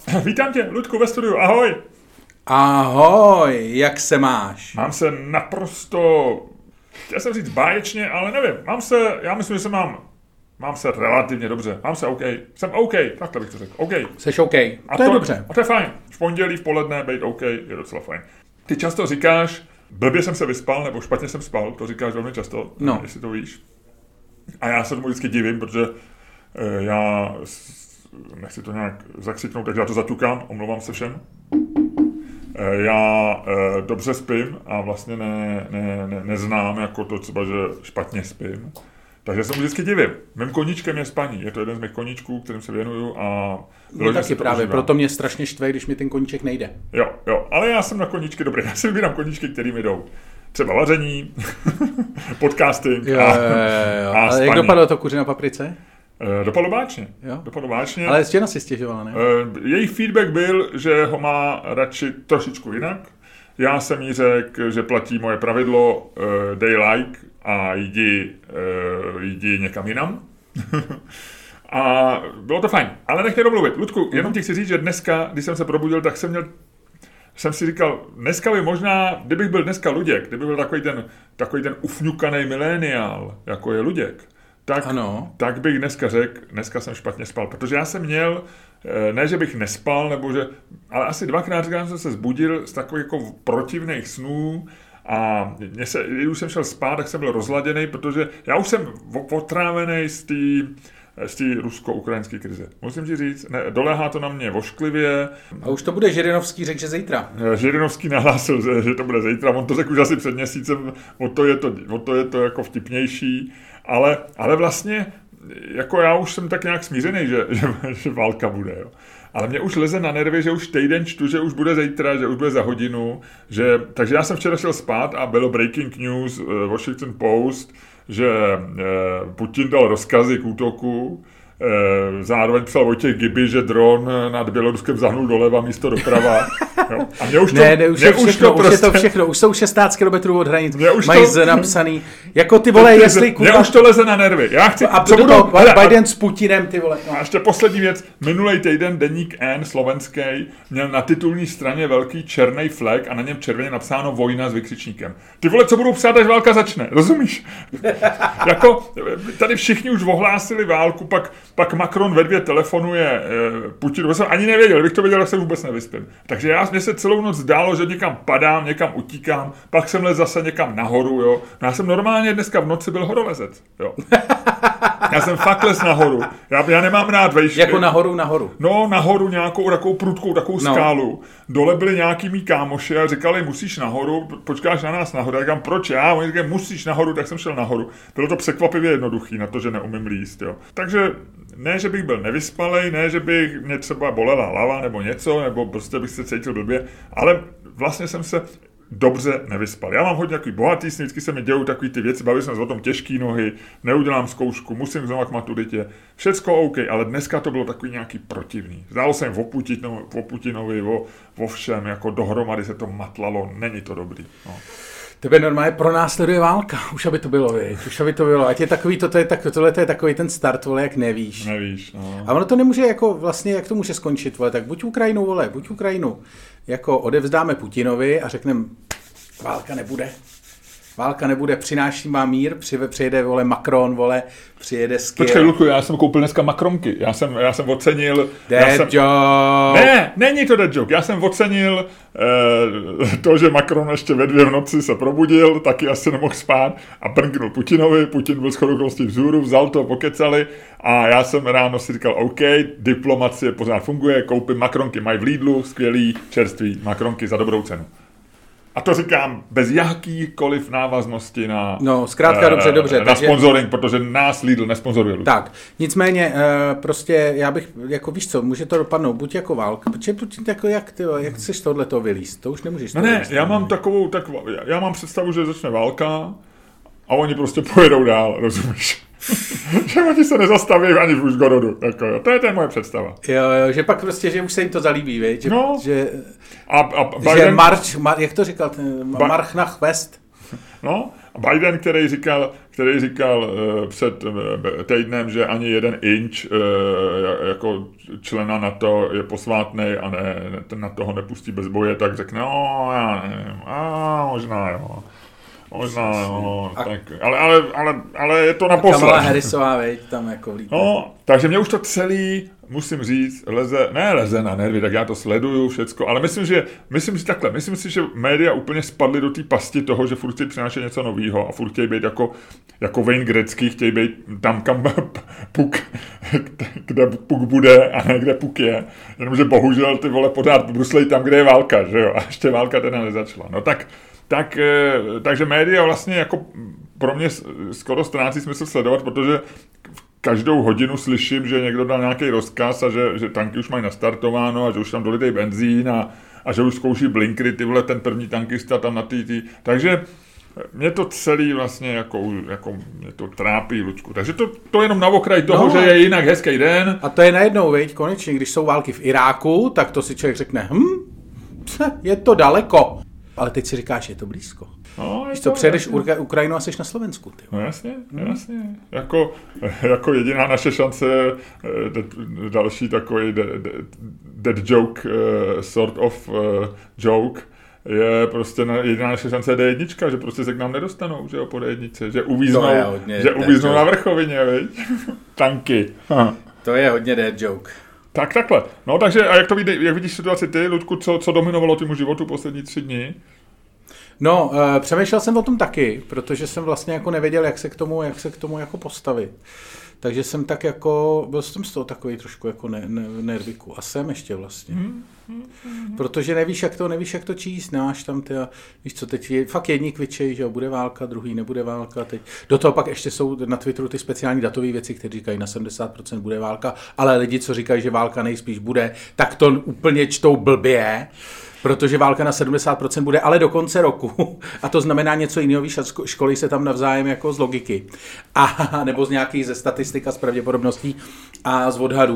Vítám tě, Ludku, ve studiu, ahoj. Ahoj, jak se máš? Mám se naprosto, chtěl jsem říct báječně, ale nevím, já myslím, že mám se relativně dobře, mám se OK, jsem OK, takhle bych to řekl, OK. Jseš OK, to je dobře. A to je fajn, v pondělí, v poledne, být OK, je docela fajn. Ty často říkáš, blbě jsem se vyspal, nebo špatně jsem spal, to říkáš velmi často, jestli to víš. A já se tomu vždycky divím, protože já nechci to nějak zakřiknout, takže já to zaťukám, omlouvám se všem. Já dobře spím a vlastně neznám jako to třeba, že špatně spím. Takže se mu vždycky divím. Mým koníčkem je spaní. Je to jeden z mých koníčků, kterým se věnuju a... No taky právě, proto mě strašně štve, když mi ten koníček nejde. Jo, ale já jsem na koníčky dobrý. Já si vybírám koníčky, který mi jdou. Třeba vaření, podcasting a ale spaní. Jak dopadlo to kuře na paprice? Dopadlo báčně. Ale Stěna si stěžovala, ne? Její feedback byl, že ho má radši trošičku jinak. Já jsem jí řekl, že platí moje pravidlo dej like a jdi někam jinam. A bylo to fajn. Ale nech mě domluvit. Ludku, jenom ti chci říct, že dneska, když jsem se probudil, tak jsem si říkal, dneska by možná, kdybych byl dneska Luděk, kdyby byl takový ten ufňukanej miléniál, jako je Luděk, tak bych dneska řekl, dneska jsem špatně spal, protože já jsem měl, ne, že bych nespal, ale asi dvakrát jsem se zbudil z takových jako protivných snů a když už jsem šel spát, tak jsem byl rozladěný, protože já už jsem otrávený z té rusko-ukrajinské krize. Musím ti říct, doléhá to na mě vošklivě. A už to bude Žirinovský řekl, že zítra. Žirinovský nahlásil, že to bude zítra, on to řekl už asi před měsícem, o to je to jako vtipnější, ale vlastně jako já už jsem tak nějak smířený, že válka bude, jo. Ale mě už leze na nervy, že už týden čtu, že už bude zítra, že už bude za hodinu, takže já jsem včera šel spát a bylo breaking news, Washington Post, že Putin dal rozkazy k útoku, zároveň psal Vojtěch Giby, že dron nad Běloruskem zahnul doleva místo doprava. Jo. A mě už to všechno, už jsou 16 km od hranic, mají napsaný, jako ty vole, jestli... Mě už to leze na nervy. Já chci... Biden s Putinem, ty vole. A ještě poslední věc, minulej týden deník N slovenský měl na titulní straně velký černý flag a na něm červeně napsáno vojna s vykřičníkem. Ty vole, co budou psát, až válka začne, rozumíš? Jako, tady všichni už ohlásili válku, pak Macron ve 2 telefonuje Putinu. Jsem ani nevěděl, kdybych to věděl, tak se vůbec nevyspím. Takže mně se celou noc zdálo, že někam padám, někam utíkám, pak jsem lez zase někam nahoru, jo. No já jsem normálně dneska v noci byl horolezec, jo. Já jsem fakt les nahoru. Já nemám rád vejšky. Jako nahoru? No, nahoru nějakou takovou prudkou, takovou skálu. Dole byli nějaký mý kámoši a říkali, musíš nahoru, počkáš na nás nahoru. Já říkám, proč já? Oni říkají, musíš nahoru, tak jsem šel nahoru. Bylo to překvapivě jednoduchý na to, že neumím líst, jo. Takže ne, že bych byl nevyspalej, ne, že bych mě třeba bolela hlava nebo něco, nebo prostě bych se cítil blbě, ale vlastně jsem se dobře nevyspal. Já mám hodně takový bohatý sny, vždycky se mi dějou takový ty věci, bavil jsem se o tom těžký nohy, neudělám zkoušku, musím znovu k maturitě. Všecko OK, ale dneska to bylo takový nějaký protivný. Zdálo se jim o Putinovi, o všem, jako dohromady se to matlalo, není to dobrý. No. Tebe normálně pronásleduje válka, už aby to bylo, ať je takový, tohle je takový ten start, vole, jak nevíš. No. A ono to nemůže, jako vlastně, jak to může skončit, vole, tak buď Ukrajinu, jako odevzdáme Putinovi a řekneme, válka nebude, přináším vám mír, přijede, vole, Macron, vole, přijede s Kyjev. Počkej, Luku, já jsem koupil dneska makronky, já jsem ocenil... joke. Ne, není to dead joke, já jsem ocenil to, že Macron ještě ve 2 v noci se probudil, taky asi nemohl spát a brnknul Putinovi, Putin byl shodou okolností vzhůru, vzal to, pokecali a já jsem ráno si říkal, OK, diplomacie pořád funguje, koupím makronky, mají v Lidlu, skvělý, čerstvý makronky za dobrou cenu. A to říkám bez jakýkoliv návaznosti na, zkrátka dobře, na sponsoring, protože nás Lidl nesponzoruje. Tak, nicméně, prostě já bych, jako víš co, může to dopadnout buď jako válka, protože jako jak chceš tohleto vylíst, to už nemůžeš. Ne, já mám představu, že začne válka a oni prostě pojedou dál, rozumíš? Že oni se nezastaví ani v Užgorodu. Jako, to je moje představa. Jo, že pak prostě, že už se jim to zalíbí, viď? A Biden... jak to říkal, March nach West. No, Biden, který říkal před týdnem, že ani 1 inč jako člena NATO je posvátnej a ten NATO ho nepustí bez boje, tak řekne, já nevím, možná jo. Možná, no, tak, ale je to naposled. Kamala Harrisová, veď, tam jako vlítne. No, takže mě už to celý, musím říct, leze na nervy, tak já to sleduju všecko, ale myslím si, že média úplně spadly do té pasti toho, že furt chtějí přinášet něco nového a furt chtějí být jako Wayne Gretzky, chtějí být tam, kam puk, kde puk bude a ne kde puk je. Jenomže bohužel ty vole pořád bruslej tam, kde je válka, že jo, a ještě válka teda nezačala. No takže média vlastně jako pro mě skoro ztrácí smysl sledovat, protože každou hodinu slyším, že někdo dal nějaký rozkaz a že tanky už mají nastartováno a že už tam dolitej benzín a že už zkouší blinkry, ty vole, ten první tankista tam na tý. Takže mě to celý vlastně jako mě to trápí, Lučku. Takže to jenom na okraj toho, že je jinak hezký den. A to je najednou, veď, konečně, když jsou války v Iráku, tak to si člověk řekne, je to daleko. Ale teď si říkáš, je to blízko. No, když to přejedeš Ukrajinu a jsi na Slovensku. Ty. No jasně. Jako jediná naše šance, další takový dead joke, sort of joke, je prostě jediná naše šance D1, že prostě se k nám nedostanou, že jo, po D1, že uvíznou na vrchovině, veď? Tanky. To je hodně dead joke. Tak takhle. No takže a jak vidíš situaci ty, Ludku, co dominovalo tvému životu poslední 3 dny? No, přemýšlel jsem o tom taky, protože jsem vlastně jako nevěděl, jak se k tomu jako postavit. Takže jsem tak jako, byl jsem z toho takový trošku jako nerviku. A jsem ještě vlastně. Protože nevíš, jak to číst, nemáš tam ty, víš co, teď je fakt jedni kvičej, že jo, bude válka, druhý nebude válka, teď. Do toho pak ještě jsou na Twitteru ty speciální datové věci, které říkají na 70% bude válka, ale lidi, co říkají, že válka nejspíš bude, tak to úplně čtou blbě. Protože válka na 70% bude ale do konce roku. A to znamená něco jiného, víš, školy se tam navzájem jako z logiky. A nebo z nějakých ze statistik a z pravděpodobností a z odhadů.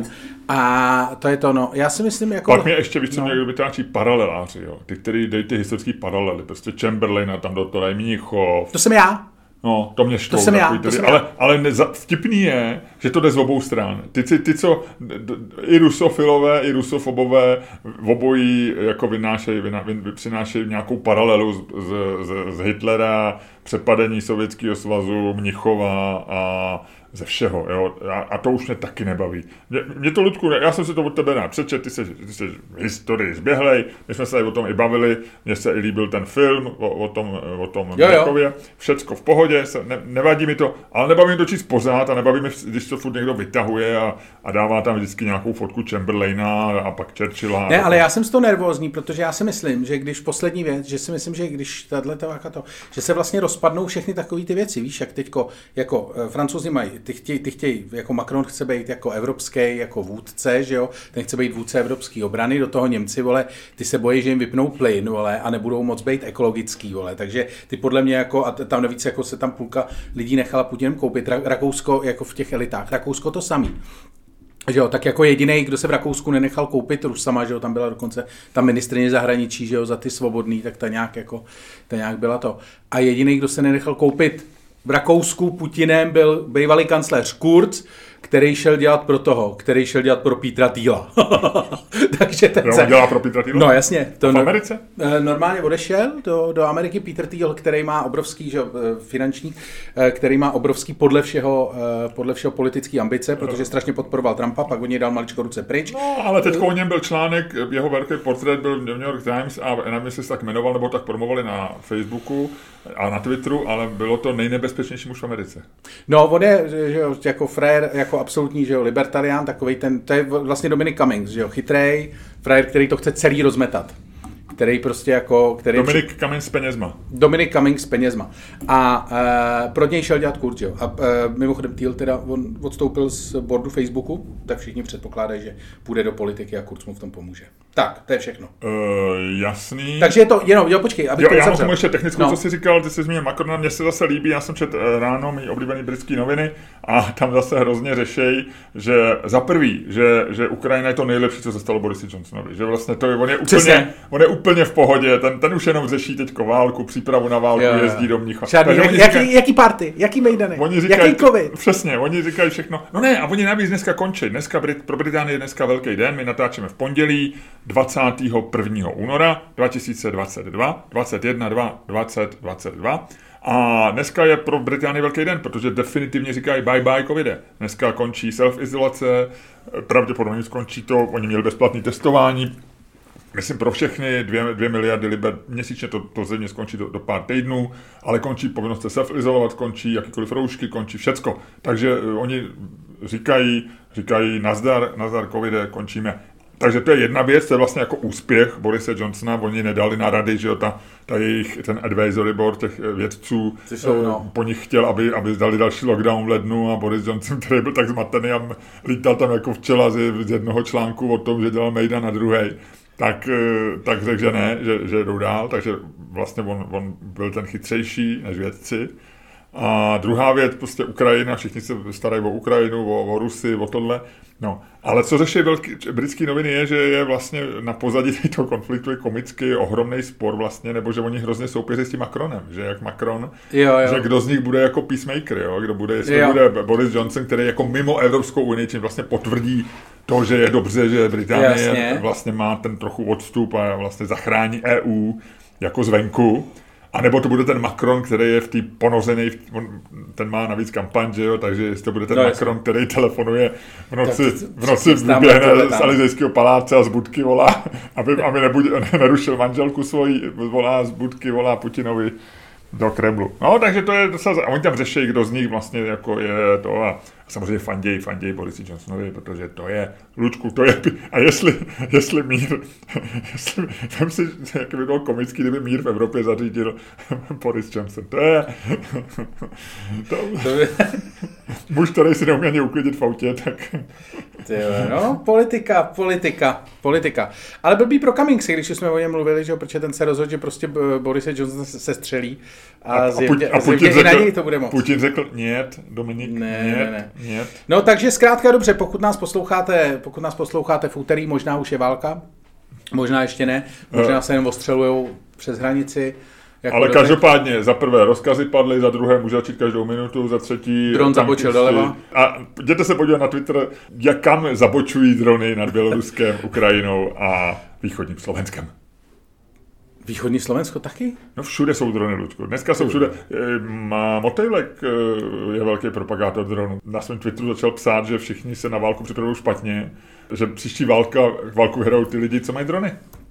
A to je to, no. Já si myslím, jako... Pak mě ještě víš, co mě vytáčí paraleláři, jo. Ty, který dají ty historické paralely. Prostě Chamberlaina tam doktora Mnichov. To jsem já. No, to mě štvou. Ale vtipný je, že to jde z obou stran. Ty co i rusofilové, i rusofobové obojí jako přinášejí nějakou paralelu z Hitlera, přepadení Sovětského svazu, Mnichova a ze všeho, jo. A to už mě taky nebaví. Mě to, Ludku, já jsem si to od tebe přečet, ty jsi v historii zběhlej, my jsme se tady o tom i bavili, mně se i líbil ten film o tom Mnichově, všecko v pohodě, nevadí mi to, ale nebaví mi to číst pořád a nebaví mi, když to furt někdo vytahuje a dává tam vždycky nějakou fotku Chamberlaina a pak Churchilla. Ne, ale já jsem z toho nervózní, protože já si myslím, že když poslední věc, že když tato válka že se vlastně rozpadnou všechny takové ty věci, víš, jak teďko, jako Francouzi mají, ty chtějí, jako Macron chce být jako evropský, jako vůdce, že jo, ten chce být vůdce evropské obrany, do toho Němci, vole, ty se bojí, že jim vypnou plyn, vole, a nebudou moc být ekologický, vole, takže ty podle mě jako, a tam navíc jako se tam půlka lidí nechala Putinem koupit, Rakousko jako v těch elitách, Rakousko to samý. Že jo, tak jako jedinej, kdo se v Rakousku nenechal koupit Rusama, že jo, tam byla dokonce ta ministryně zahraničí, že jo, za ty svobodný, tak ta nějak byla to. A jedinej, kdo se nenechal koupit v Rakousku Putinem, byl bývalý kancléř Kurz, který šel dělat pro Petra Thiela. Takže ten on dělá pro Petra Thiela? No jasně. To v Americe? Normálně odešel do Ameriky Peter Thiel, který má obrovský, že, finančník, který má obrovský podle všeho politický ambice, protože strašně podporoval Trumpa, pak od něj dal maličko ruce pryč. No, ale teď o něm byl článek, jeho velký portrét byl v New York Times a nevím, jestli se tak jmenoval, nebo tak promovali na Facebooku a na Twitteru, ale bylo to nejnebezpečnější muž v Americe. No, on je, že jo, jako frajer, jako absolutní, že jo, libertarián, takovej to je vlastně Dominic Cummings, že jo, chytrej frajer, který to chce celý rozmetat. Který prostě jako... Dominic Cummings s penězma. Dominic Cummings s penězma. A pro něj šel dělat Kurz, jo. A mimochodem Thiel teda, on odstoupil z boardu Facebooku, tak všichni předpokládají, že půjde do politiky a Kurz mu v tom pomůže. Tak, to je všechno. Jasný. Takže je to, jenom, jo, počkej, abych to uzavřel. Já mám ještě technickou, co jsi říkal, ty jsi zmínil Macrona, mně se zase líbí, já jsem četl ráno mý oblíbený britský noviny a tam zase hrozně řešejí, že za prvý, že Ukrajina je to nejlepší, co se stalo Borisi Johnsonovi, že vlastně to je, on je úplně v pohodě, ten už jenom řeší teďko válku, přípravu na válku, jezdí do Mnichova. Jaký party, jaký mejdany, jaký covid. Přesně, oni říkají všechno. No ne, a oni navíc dneska končí. Dneska pro Británii je dneska velký den, my natáčíme v pondělí 21. února 2022, 21.2.2022. A dneska je pro Británii velký den, protože definitivně říkají bye covide. Dneska končí self-izolace, pravděpodobně skončí to, oni měli bezplatné testování, myslím pro všechny 2 miliardy liber měsíčně, to země skončí do pár týdnů, ale končí povinnost se self-izolovat, končí jakýkoliv roušky, končí všecko. Takže oni říkají nazdar covide, končíme. Takže to je jedna věc, to je vlastně jako úspěch Borise Johnsona, oni nedali na rady, že jo, ten advisory board těch vědců po nich chtěl, aby dali další lockdown v lednu a Boris Johnson, který byl tak zmatený a lítal tam jako včela z jednoho článku o tom, že dělal mejdan na druhej, tak řekl, že ne, že jdou dál, takže vlastně on byl ten chytřejší než vědci. A druhá věc, prostě Ukrajina, všichni se starají o Ukrajinu, o Rusy, o tohle. No, ale co řeší britské noviny je, že je vlastně na pozadí toho konfliktu je komický ohromný spor vlastně, nebo že oni hrozně soupeří s tím Macronem, že jak Macron, že kdo z nich bude jako peacemaker, jo? Kdo bude, jestli bude Boris Johnson, který jako mimo Evropskou unii, čím vlastně potvrdí to, že je dobře, že Británie vlastně má ten trochu odstup a vlastně zachrání EU jako zvenku. A nebo to bude ten Macron, který je v té ponořený, ten má navíc kampaň, že jo, takže jestli to bude ten Macron, který telefonuje v noci vyběhne z Elizejského paláce a z budky volá, aby nerušil manželku svoji, volá z budky, volá Putinovi do Kremlu. No, takže to je docela... A oni tam řeší, kdo z nich vlastně jako je to a samozřejmě fandějí Borisi Johnsonovi, protože to je, Lučku, to je... A jestli mír... Vem si, jak by bylo komický, kdyby mír v Evropě zařídil Boris Johnson. To je... Muž, který si neumí ani uklidit v autě, tak... No, politika. Ale blbý pro Cummingsy, když jsme o něm mluvili, že protože ten se rozhodl, že prostě Boris Johnson se střelí a zjevně i na něj to bude moc. Putin řekl, niet, Dominik, niet. No, takže zkrátka dobře, pokud nás posloucháte v úterý, možná už je válka, možná ještě ne, možná se jenom ostřelujou přes hranici. Ale každopádně, za prvé rozkazy padly, za druhé může začít každou minutu, za třetí... Dron zabočil doleva. A jděte se podívat na Twitter, kam zabočují drony nad Běloruskem, Ukrajinou a východním Slovenskem. Východní Slovensko taky? No všude jsou drony, Ludku. Dneska jsou všude. Motejlek je velký propagátor dronů. Na svém Twitteru začal psát, že všichni se na válku připravují špatně, že příští válku vyhrajou ty lidi, co mají drony.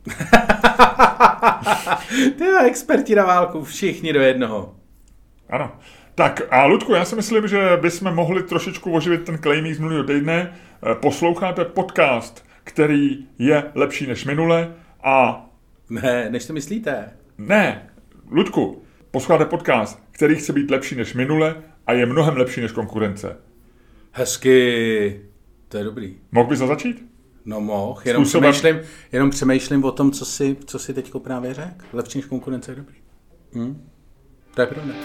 Ty experti na válku, všichni do jednoho. Ano. Tak a Ludku, já si myslím, že bychom mohli trošičku oživit ten claiming z minulého týdne. Posloucháte podcast, který je lepší než minule a... Ne, než to myslíte. Ne, Ludku, posloucháte podcast, který chce být lepší než minule a je mnohem lepší než konkurence. Hezky, to je dobrý. Mohl bys to začít? No mohl, jenom přemýšlím o tom, co si teďko právě řekl. Lepší než konkurence je dobrý. To je pravda.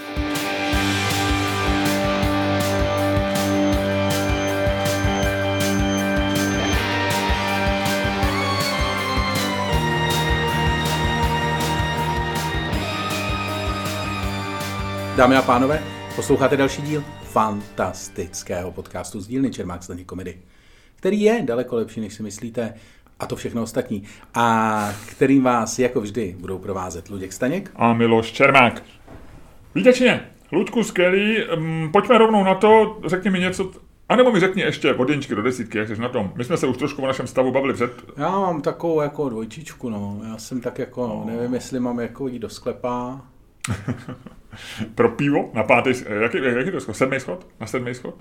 Dámy a pánové, posloucháte další díl fantastického podcastu z dílny Čermák Staněk Komedy, který je daleko lepší, než si myslíte, a to všechno ostatní, a kterým vás jako vždy budou provázet Luděk Staněk a Miloš Čermák. Výtečně, Ludku, skvělý, pojďme rovnou na to, řekni mi něco, anebo mi řekni ještě od 1 do 10, jak jsi na tom. My jsme se už trošku o našem stavu bavili před... Já mám takovou jako 2, no, já jsem tak jako, nevím, jestli mám jako jít do sklepa. Pro pivo na 5. Jaký to schod? 7. schod? Na 7. schod?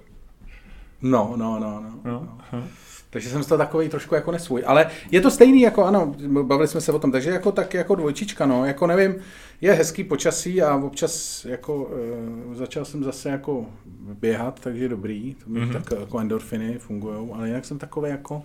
No. Takže jsem z toho takový trošku jako nesvůj. Ale je to stejný, jako ano, bavili jsme se o tom, takže jako tak jako 2, no, jako nevím, je hezký počasí a občas jako začal jsem zase jako běhat, takže dobrý, to mi tak jako endorfiny fungujou, ale jinak jsem takový jako...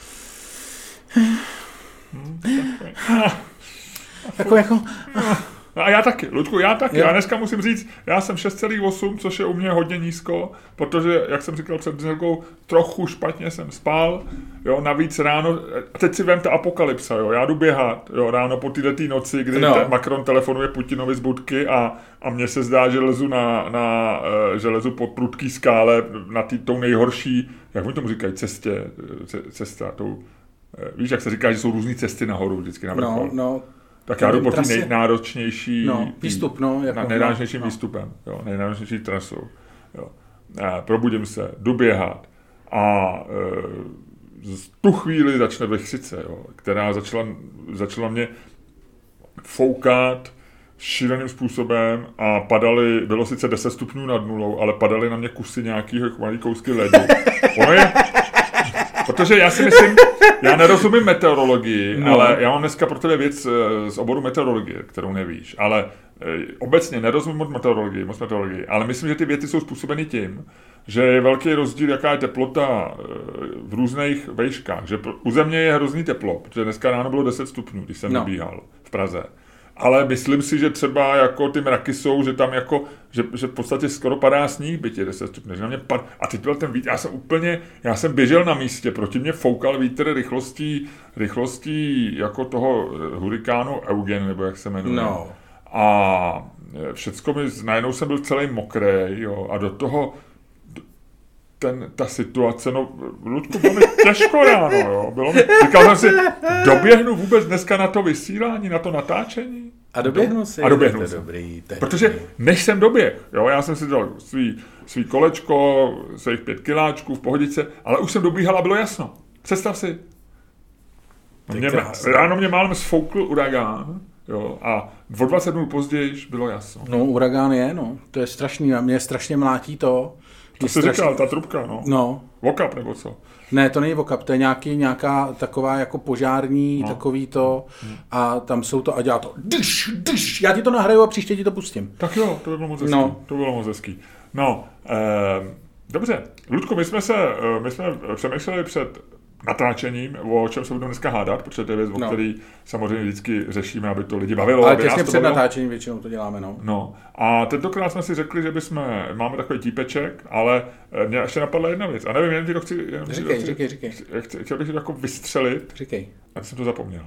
Takový jako... No a já taky, Luďku, já taky. Jo. Já dneska musím říct, já jsem 6,8, což je u mě hodně nízko, protože, jak jsem říkal před chvilkou, trochu špatně jsem spal, jo, navíc ráno, a teď si vem ta apokalypsa, jo, já jdu běhat, jo, ráno po této noci, kdy Macron telefonuje Putinovi z budky a mně se zdá, že že lezu po prudký skále na tou nejhorší, jak oni tomu říkají, cesta, víš, jak se říká, že jsou různý cesty nahoru vždycky na vrchol. No. Tak já jdu po té nejnáročnější výstup, nejnáročnějším výstupem, jo, nejnáročnější trasou. Jo. Probudím se, jdu běhat a v tu chvíli začne vichřice, jo, která začala mě foukat šíleným způsobem a bylo sice 10 stupňů nad nulou, ale padaly na mě kusy nějakého malý kousky ledu. Ono je, protože já si myslím, já nerozumím meteorologii, ale já mám dneska pro tebe věc z oboru meteorologie, kterou nevíš, ale obecně nerozumím moc meteorologii, ale myslím, že ty věci jsou způsobeny tím, že je velký rozdíl, jaká je teplota v různých vejškách, že u Země je hrozný teplo, protože dneska ráno bylo 10 stupňů, když jsem nebíhal v Praze. Ale myslím si, že třeba jako ty mraky jsou, že tam jako, že v podstatě skoro padá sníh, byť je 10 stupňů. A teď byl ten vítr, já jsem běžel na místě, proti mě foukal vítr rychlostí jako toho hurikánu Eugen, nebo jak se jmenuje. No. A všecko najednou jsem byl celý mokrý, jo, a do toho ta situace, Ludku, bylo mi těžko ráno, jo. Říkal jsem si, doběhnu vůbec dneska na to vysílání, na to natáčení? A doběhnu si. Dobrý, protože než jsem doběh, jo, já jsem si dal svý kolečko, svých 5 kiláčků v pohodice, ale už jsem dobíhal a bylo jasno. Představ si. Ráno mě málem sfoukl uragán, jo, a o 20 dnů později bylo jasno. No, uragán je, to je strašný, mě strašně mlátí to. To jsi říkal, ta trubka, no. Vokap nebo co? Ne, to není vokap, to je nějaká taková jako požární, takový to, a tam jsou to a dělá to dyš, já ti to nahraju a příště ti to pustím. Tak jo, to by bylo moc hezký. To bylo moc hezký. Dobře, Ludku, my jsme přemýšleli před natáčením, o čem se budeme dneska hádat, protože to je věc, o který samozřejmě vždycky řešíme, aby to lidi bavilo. Ale těsně před natáčením většinou to děláme, a tentokrát jsme si řekli, že máme takový típeček, ale mě ještě napadla jedna věc. A nevím, jen ti to chci... Říkej. Chtěl bych to jako vystřelit. Říkej. A jsem to zapomněl.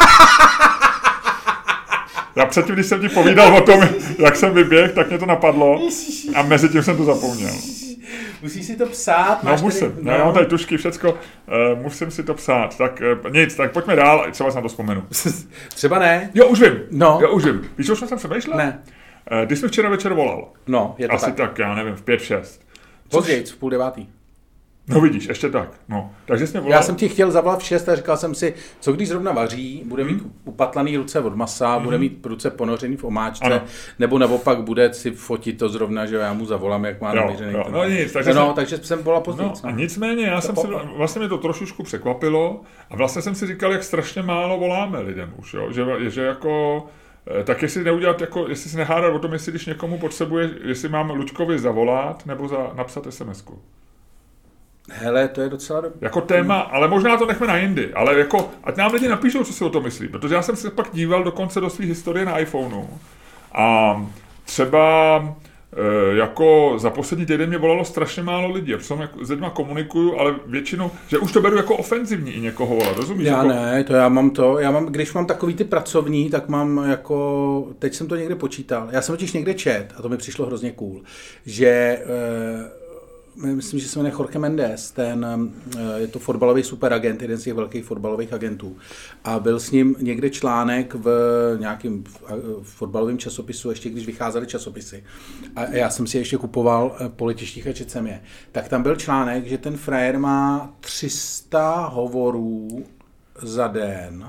Já předtím, když jsem ti povídal o tom, jak jsem vyběhl, tak mě to napadlo a mezi tím jsem to zapomněl. Musíš si to psát? Musím. Já mám tady tušky, všecko. Musím si to psát. Tak nic, tak pojďme dál, třeba se na to vzpomenu. Třeba ne. Jo, už vím. Víš, o čem jsem přemýšlel? Ne. Když jsi včera večer volal. No, je to asi tak, já nevím, v 5-6. Později, v 8:30. No vidíš, ještě tak. Takže jsi mě volal. Já jsem ti chtěl zavolat v 6 a říkal jsem si, co když zrovna vaří, bude mít upatlaný ruce od masa, bude mít ruce ponořený v omáčce, nebo naopak bude si fotit to zrovna, že já mu zavolám, jak má namířený. Takže jsem volal později. A nicméně, vlastně mě to trošičku překvapilo a vlastně jsem si říkal, jak strašně málo voláme lidem už, jo? Že jako... Tak jestli neudělat, jestli si nehádat o tom, jestli když někomu potřebuje, jestli mám Luďkovi zavolat nebo napsat SMS-ku. Hele, to je docela dobrý. Jako téma, ale možná to nechme na jindy, ale jako, ať nám lidi napíšou, co si o tom myslí, protože já jsem se pak díval dokonce do svých historie na iPhoneu a třeba jako za poslední týden mě volalo strašně málo lidí, protože s lidma komunikuju, ale většinou, že už to beru jako ofenzivní i někoho volat, rozumíš? Já mám, když mám takový ty pracovní, tak mám jako, teď jsem to někde počítal, já jsem totiž někde čet, a to mi přišlo hrozně cool, že myslím, že se jmenuje Jorge Mendes, je to fotbalový superagent, jeden z těch velkých fotbalových agentů. A byl s ním někde článek v nějakém fotbalovém časopisu, ještě když vycházely časopisy. A já jsem si ještě kupoval po letištích a četl jsem je. Tak tam byl článek, že ten frajer má 300 hovorů za den.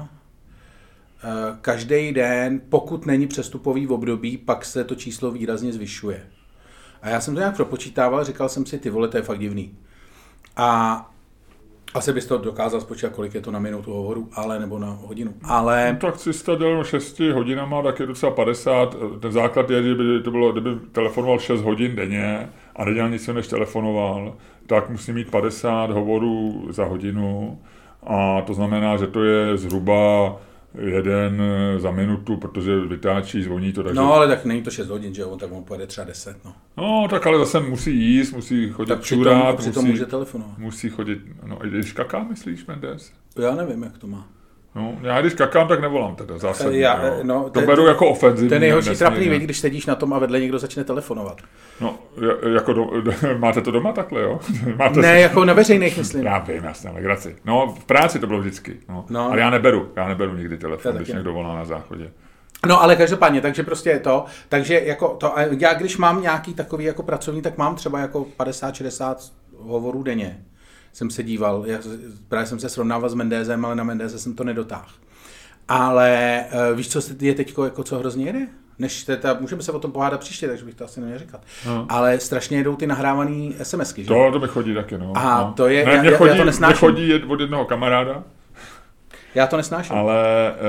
Každý den, pokud není přestupový období, pak se to číslo výrazně zvyšuje. A já jsem to nějak propočítával, říkal jsem si, ty vole, to je fakt divný. A asi bys to dokázal spočítat, kolik je to na minutu hovoru, nebo na hodinu. Ale... No tak 300 děleno 6 hodinama, tak je docela 50. Ten základ je, že kdyby telefonoval 6 hodin denně a nedělal nic než telefonoval, tak musí mít 50 hovorů za hodinu. A to znamená, že to je zhruba jeden za minutu, protože vytáčí, zvoní to. Takže... No, ale tak není to 6 hodin, že jo, tak on pojede třeba 10, no. No, tak ale zase musí jíst, musí chodit čurát. Přitom může telefonovat. Musí chodit, no i když kaká, myslíš, Mendes? Já nevím, jak to má. No, já když kakám, tak nevolám teda zásadně. To ten, beru jako ofenzivní. To je nejhorší trapný věc, když sedíš na tom a vedle někdo začne telefonovat. No, jako máte to doma takhle, jo? Ne, jako na veřejných, myslím. Já vím, jasně, legraci. No, v práci to bylo vždycky, no. Ale já neberu nikdy telefon, když někdo volá na záchodě. No, ale každopádně, takže prostě je to, takže jako to, já když mám nějaký takový jako pracovní, tak mám třeba jako 50-60 hovorů denně. Jsem se díval, právě jsem se srovnával s Mendezem, ale na Mendeze jsem to nedotáhl. Ale víš, co je teď, jako co hrozně jede? Můžeme se o tom pohádat příště, takže bych to asi neměl říkat. No. Ale strašně jedou ty nahrávaný SMSky, že? To mi chodí taky, no. A no. to je, ne, já to nesnáším. Mě chodí od jednoho kamaráda. Já to nesnáším. Ale,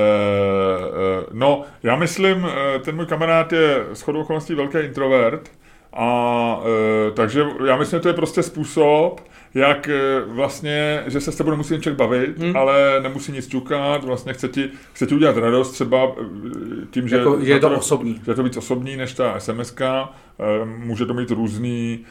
no, já myslím, ten můj kamarád je shodou okolností velký introvert, a takže já myslím, že to je prostě způsob, jak vlastně, že se s tebou nemusí člověk bavit, ale nemusí nic ťukat, vlastně chce ti udělat radost třeba tím, že, jako, že je to osobní. Že je to víc osobní než ta SMS-ka, může to mít různý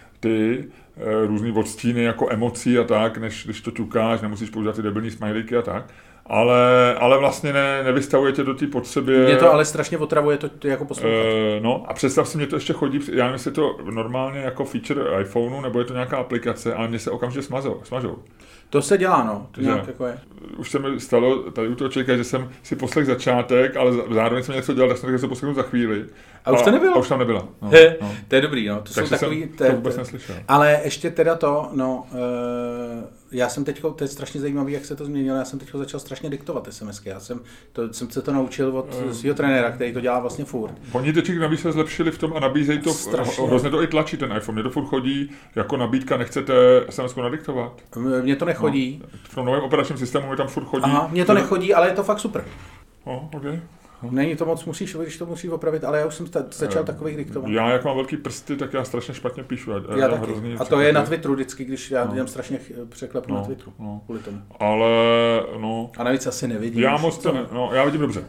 odstíny jako emocí a tak, než když to ťukáš, nemusíš používat ty debilní smajlíky a tak. Ale vlastně nevystavuje tě do té potřeby. Mě to ale strašně otravuje to jako poslouchat. No a představ si, mě to ještě chodí, já nevím, jestli je to normálně jako feature iPhoneu, nebo je to nějaká aplikace, ale mě se okamžitě smažou. To se dělá, no. Nějak jako je. Už se mi stalo tady u toho člověka, že jsem si poslech začátek, ale zároveň jsem něco dělal, tak jsem se poslechnu za chvíli. A už to nebylo? A už tam nebyla. No. To je dobrý, no. To takže jsou takový... To vůbec neslyšel. Ale ještě teda to, no, já jsem teďko, to je strašně zajímavý, jak se to změnilo, já jsem teďko začal strašně diktovat SMSky. Já jsem se to naučil od svého trenéra, který to dělá vlastně furt. Oni teď navíc se zlepšili v tom a nabízejí to, hrozně to i tlačí ten iPhone. Mně to furt chodí jako nabídka, nechcete SMSku nadiktovat? Mně to nechodí. No, v tom novém operačním systému mi tam furt chodí. Aha, mně to nechodí, ale je to fakt super. Okay. Není to moc, když to musíš opravit, ale já už jsem začal takových diktovat. Já, jak mám velký prsty, tak já strašně špatně píšu. Já taky. A to je na Twitteru vždycky, když já jdem strašně překlepnu na Twitteru. Kvůli tomu. Ale, no... A navíc asi nevidím. Já moc to já vidím dobře.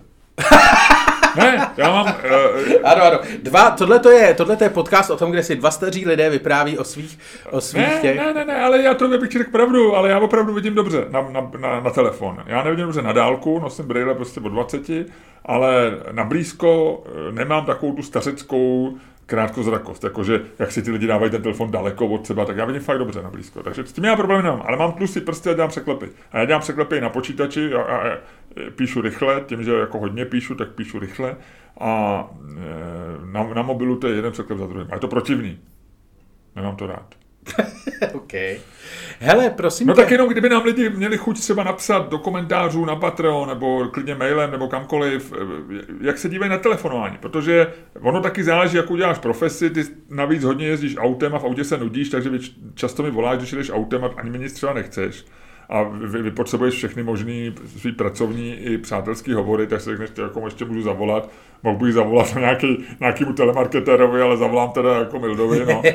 Ne, já mám... Ano. Tohle je podcast o tom, kde si dva staří lidé vypráví o svých těch... Ne, ale já to bych řekl pravdu, ale já opravdu vidím dobře na telefon. Já nevidím dobře na dálku, nosím brýle prostě od 20, ale na blízko nemám takovou tu stařeckou krátkozrakost, jakože jak si ty lidi dávají ten telefon daleko od sebe, tak já vidím fakt dobře na blízko. Takže s tím já problém nemám, ale mám tlustý prsty a dělám překlepy. A já dělám překlepy na počítači a píšu rychle, tím, že jako hodně píšu, tak píšu rychle a na mobilu to je jeden překlep za druhým. A je to protivný. Nemám to rád. OK. Hele, prosím tě. Tak jenom, kdyby nám lidi měli chuť třeba napsat do komentářů na Patreon, nebo klidně mailem, nebo kamkoliv, jak se dívají na telefonování, protože ono taky záleží, jak uděláš profesi, ty navíc hodně jezdíš autem a v autě se nudíš, takže často mi voláš, když jdeš autem a ani mi nic třeba nechceš. A vy potřebuješ všechny možný svý pracovní i přátelský hovory, tak si řekneš, jako ještě můžu zavolat. Mohl bych zavolat nějakému telemarketérovi, ale zavolám teda jako Mildovi, no.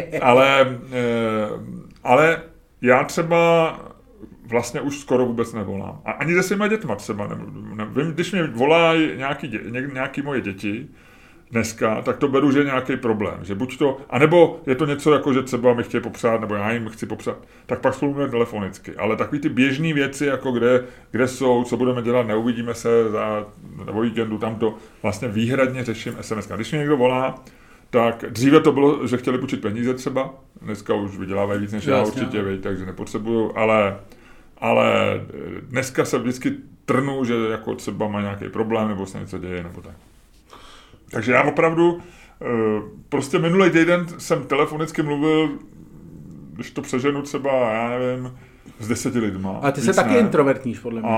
Ale já třeba vlastně už skoro vůbec nevolám. A ani se svýma dětma třeba. Vím, když mě volají nějaký moje děti dneska, tak to beru, že je nějaký problém. Že buď to, anebo je to něco jako, že třeba mi chtějí popřát, nebo já jim chci popřát, tak pak spolu mluvíme telefonicky. Ale takový ty běžné věci, jako kde jsou, co budeme dělat, neuvidíme se nebo víkendu, tam to vlastně výhradně řeším SMS. Když mě někdo volá, tak dříve to bylo, že chtěli půjčit peníze třeba, dneska už vydělávají víc než já určitě, takže nepotřebuju, ale dneska se vždycky trnu, že jako třeba má nějaký problém, nebo se něco děje, nebo tak. Takže já opravdu, prostě minulý týden jsem telefonicky mluvil, když to přeženu třeba, já nevím, s 10 lidma. A ty se taky introvertníš, podle mě.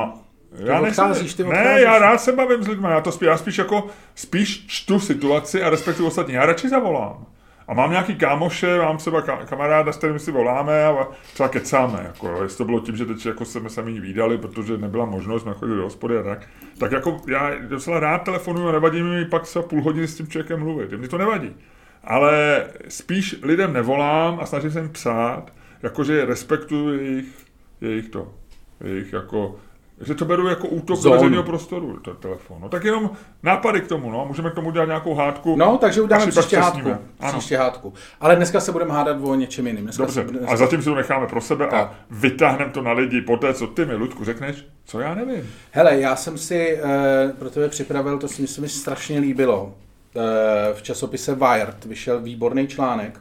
Já rád se bavím s lidma, já spíš čtu situaci a respektuju ostatní. Já radši zavolám. A mám nějaký kámoše, mám třeba kamaráda, s kterým si voláme a třeba kecáme. Jako, jestli to bylo tím, že teď jako jsme se mi vídali, protože nebyla možnost, jsme chodili do hospody a tak jako já docela rád telefonuju a nevadí mi pak se půl hodiny s tím člověkem mluvit. Mně to nevadí. Ale spíš lidem nevolám a snažím se jim psát, jakože respektuju jejich jako Že to beru jako útok do veřejného prostoru, to telefon. No tak jenom nápady k tomu, no. Můžeme k tomu udělat nějakou hádku. No, takže uděláme příště hádku. Ale dneska se budeme hádat o něčem jiným. Dobře, a zatím si to necháme pro sebe tak. A vytáhneme to na lidi poté, co ty mi, Ludku, řekneš, co já nevím. Hele, já jsem si pro tebe připravil, to se mi strašně líbilo. V časopise Wired vyšel výborný článek.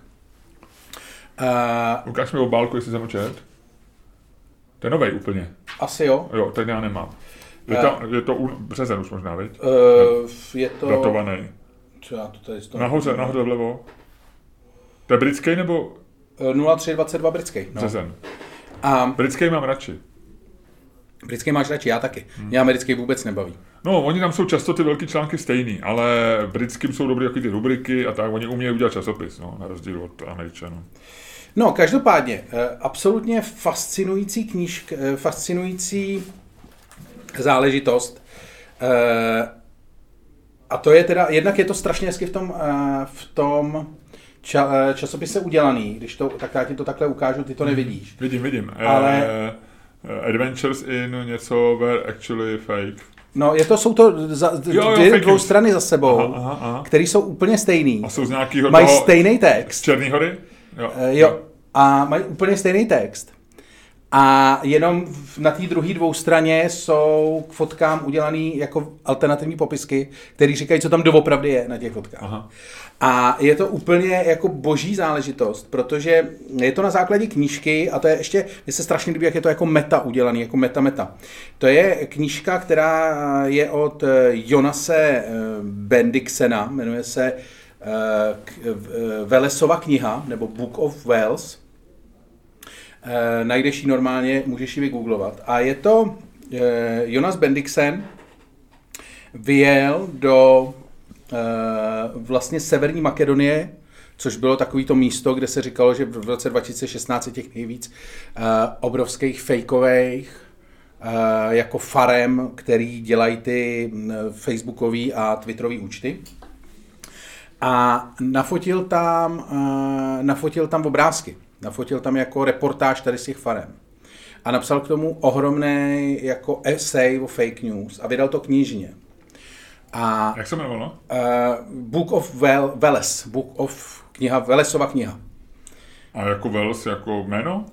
Ukáž mi obálku, jestli jsem ho čet. To je novej úplně. Asi jo. Jo, ten já nemám. Je to březen už možná, viď? Je to... Datovaný. Co já to tady... Nahoře vlevo. To je britský nebo... 0322 britský. No. Březen. A... Britský mám radši. Britský máš radši, já taky. Mě americký vůbec nebaví. No, oni tam jsou často ty velký články stejný, ale v britským jsou dobrý ty rubriky a tak, oni umějí udělat časopis, no, na rozdíl od Američanů. No, každopádně, absolutně fascinující záležitost. A to je teda, jednak je to strašně hezky v tom časopise udělaný, když to, tak já ti to takhle ukážu, ty to nevidíš. Vidím. Ale... Adventures in něco were actually fake. No, jsou to dvou strany za sebou, které jsou úplně stejný. A jsou z nějakého mají stejný text. Černý hory? Jo. A mají úplně stejný text. A jenom na té druhé dvoustraně jsou k fotkám udělaný jako alternativní popisky, které říkají, co tam doopravdy je na těch fotkách. Aha. A je to úplně jako boží záležitost, protože je to na základě knížky a to je ještě, mně se strašně líbí, jak je to jako meta udělaný, jako meta. To je knížka, která je od Jonase Bendiksena, jmenuje se Wellesova kniha, nebo Book of Wells. Najdeš ji normálně, můžeš ji vygooglovat. A je to Jonas Bendiksen vyjel do vlastně Severní Makedonie, což bylo takovýto místo, kde se říkalo, že v roce 2016 je těch nejvíc obrovských fejkových jako farem, který dělají ty facebookový a twitterový účty. A nafotil tam obrázky. Nafotil tam jako reportáž tady z těch farem. A napsal k tomu ohromný jako essay o fake news a vydal to knižně. A jak se jmenovalo? Book of Welles. Wellesova kniha. A jako Welles jako jméno?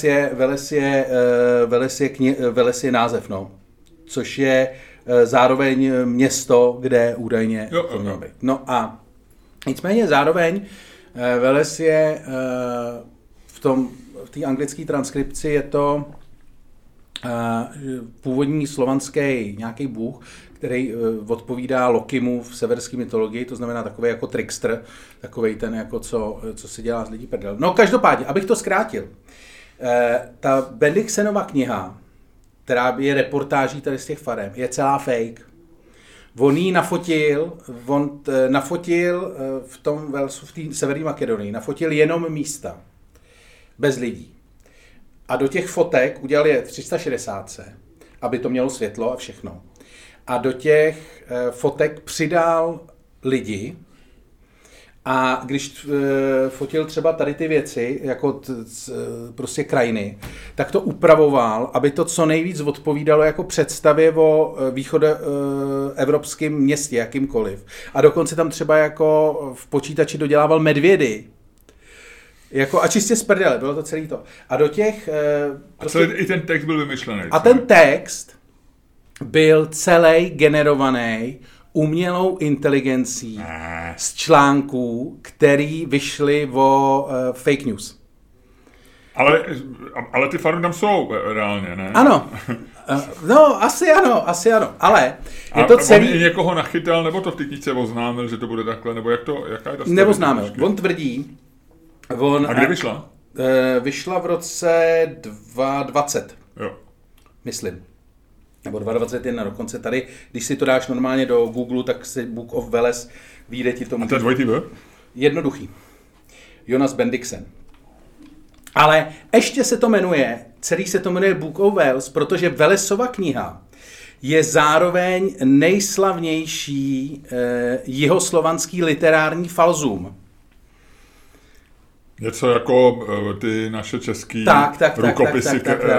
Welles je název, no. Což je zároveň město, kde údajně to mělo být. No a nicméně zároveň Welles je v té anglické transkripci je to původní slovanský nějaký bůh, který odpovídá Lokimu v severské mytologii, to znamená takový jako trickster, takovej ten, jako co si dělá z lidí prdel. No každopádně, abych to zkrátil, ta Bendiksenova kniha, která je reportáží tady z těch farem, je celá fake. On ji nafotil v tom Walesu, v té severní Makedonii, nafotil jenom místa, bez lidí. A do těch fotek udělal je 360, aby to mělo světlo a všechno. A do těch fotek přidal lidi a když fotil třeba tady ty věci, jako prostě krajiny, tak to upravoval, aby to co nejvíc odpovídalo jako představě o východoevropském městě, jakýmkoliv. A dokonce tam třeba jako v počítači dodělával medvědy. Jako a čistě z prdele, bylo to celý to. A do těch... prostě, a i ten text byl vymyšlený. A ten text byl celý generovaný umělou inteligencí z článků, který vyšly o fake news. Ale ty farmy tam jsou reálně, ne? Ano. No, asi ano. Ale je to celý... On někoho nachytal, nebo to v té knížce oznámil, že to bude takhle, nebo jaká je ta neoznámil. On tvrdí... A kdy vyšla? Vyšla v roce 2020. Jo. Myslím. Nebo 2021 dokonce tady. Když si to dáš normálně do Google, tak si Book of Welles vyjde ti tomu. A to je dvojitý B? Jednoduchý. Jonas Bendiksen. Ale ještě se to jmenuje, celý se to jmenuje Book of Welles, protože Wellesova kniha je zároveň nejslavnější jihoslovanský literární falzum. Něco jako ty naše český rukopisy,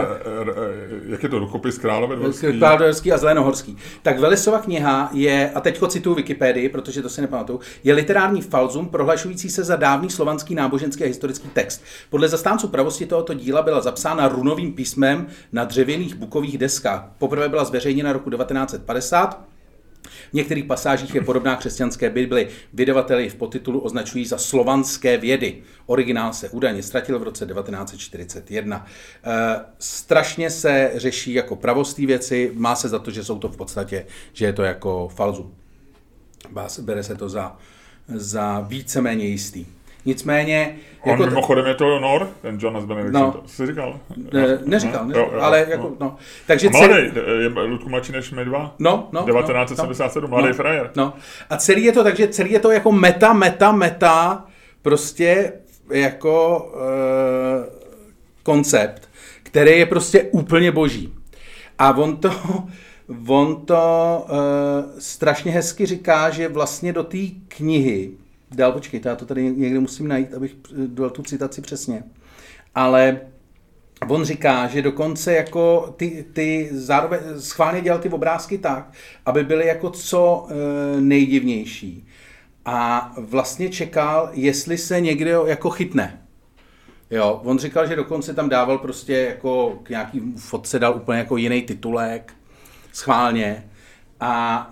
jak je to, rukopis Královéhorský a Zelenohorský. Tak Velisova kniha je, a teďko cituju Wikipedii, protože to si nepamatuju, je literární falzum prohlašující se za dávný slovanský náboženský a historický text. Podle zastánců pravosti tohoto díla byla zapsána runovým písmem na dřevěných bukových deskách. Poprvé byla zveřejněna roku 1950. V některých pasážích je podobná křesťanské Bibli. Vydavateli v podtitulu označují za slovanské vědy. Originál se údajně ztratil v roce 1941. Strašně se řeší jako pravostí věci, má se za to, že jsou to v podstatě, že je to jako falzum. Bere se to za víceméně jistý. Nicméně... Jako mimochodem je to Nor, ten Jonas Benedict, to jsi říkal? Neříkal, ale jako, no. Takže mladý, je Ludku mladší než my dva? 1977, mladý frajer. A celý je to, takže celý je to jako meta, prostě jako koncept, který je prostě úplně boží. A on to strašně hezky říká, že vlastně do té knihy počkejte, já to tady někde musím najít, abych dal tu citaci přesně. Ale on říká, že dokonce jako ty zároveň schválně dělal ty obrázky tak, aby byly jako co nejdivnější. A vlastně čekal, jestli se někde jako chytne. Jo, on říkal, že dokonce tam dával prostě jako k nějaký fotce dal úplně jako jiný titulek, schválně. A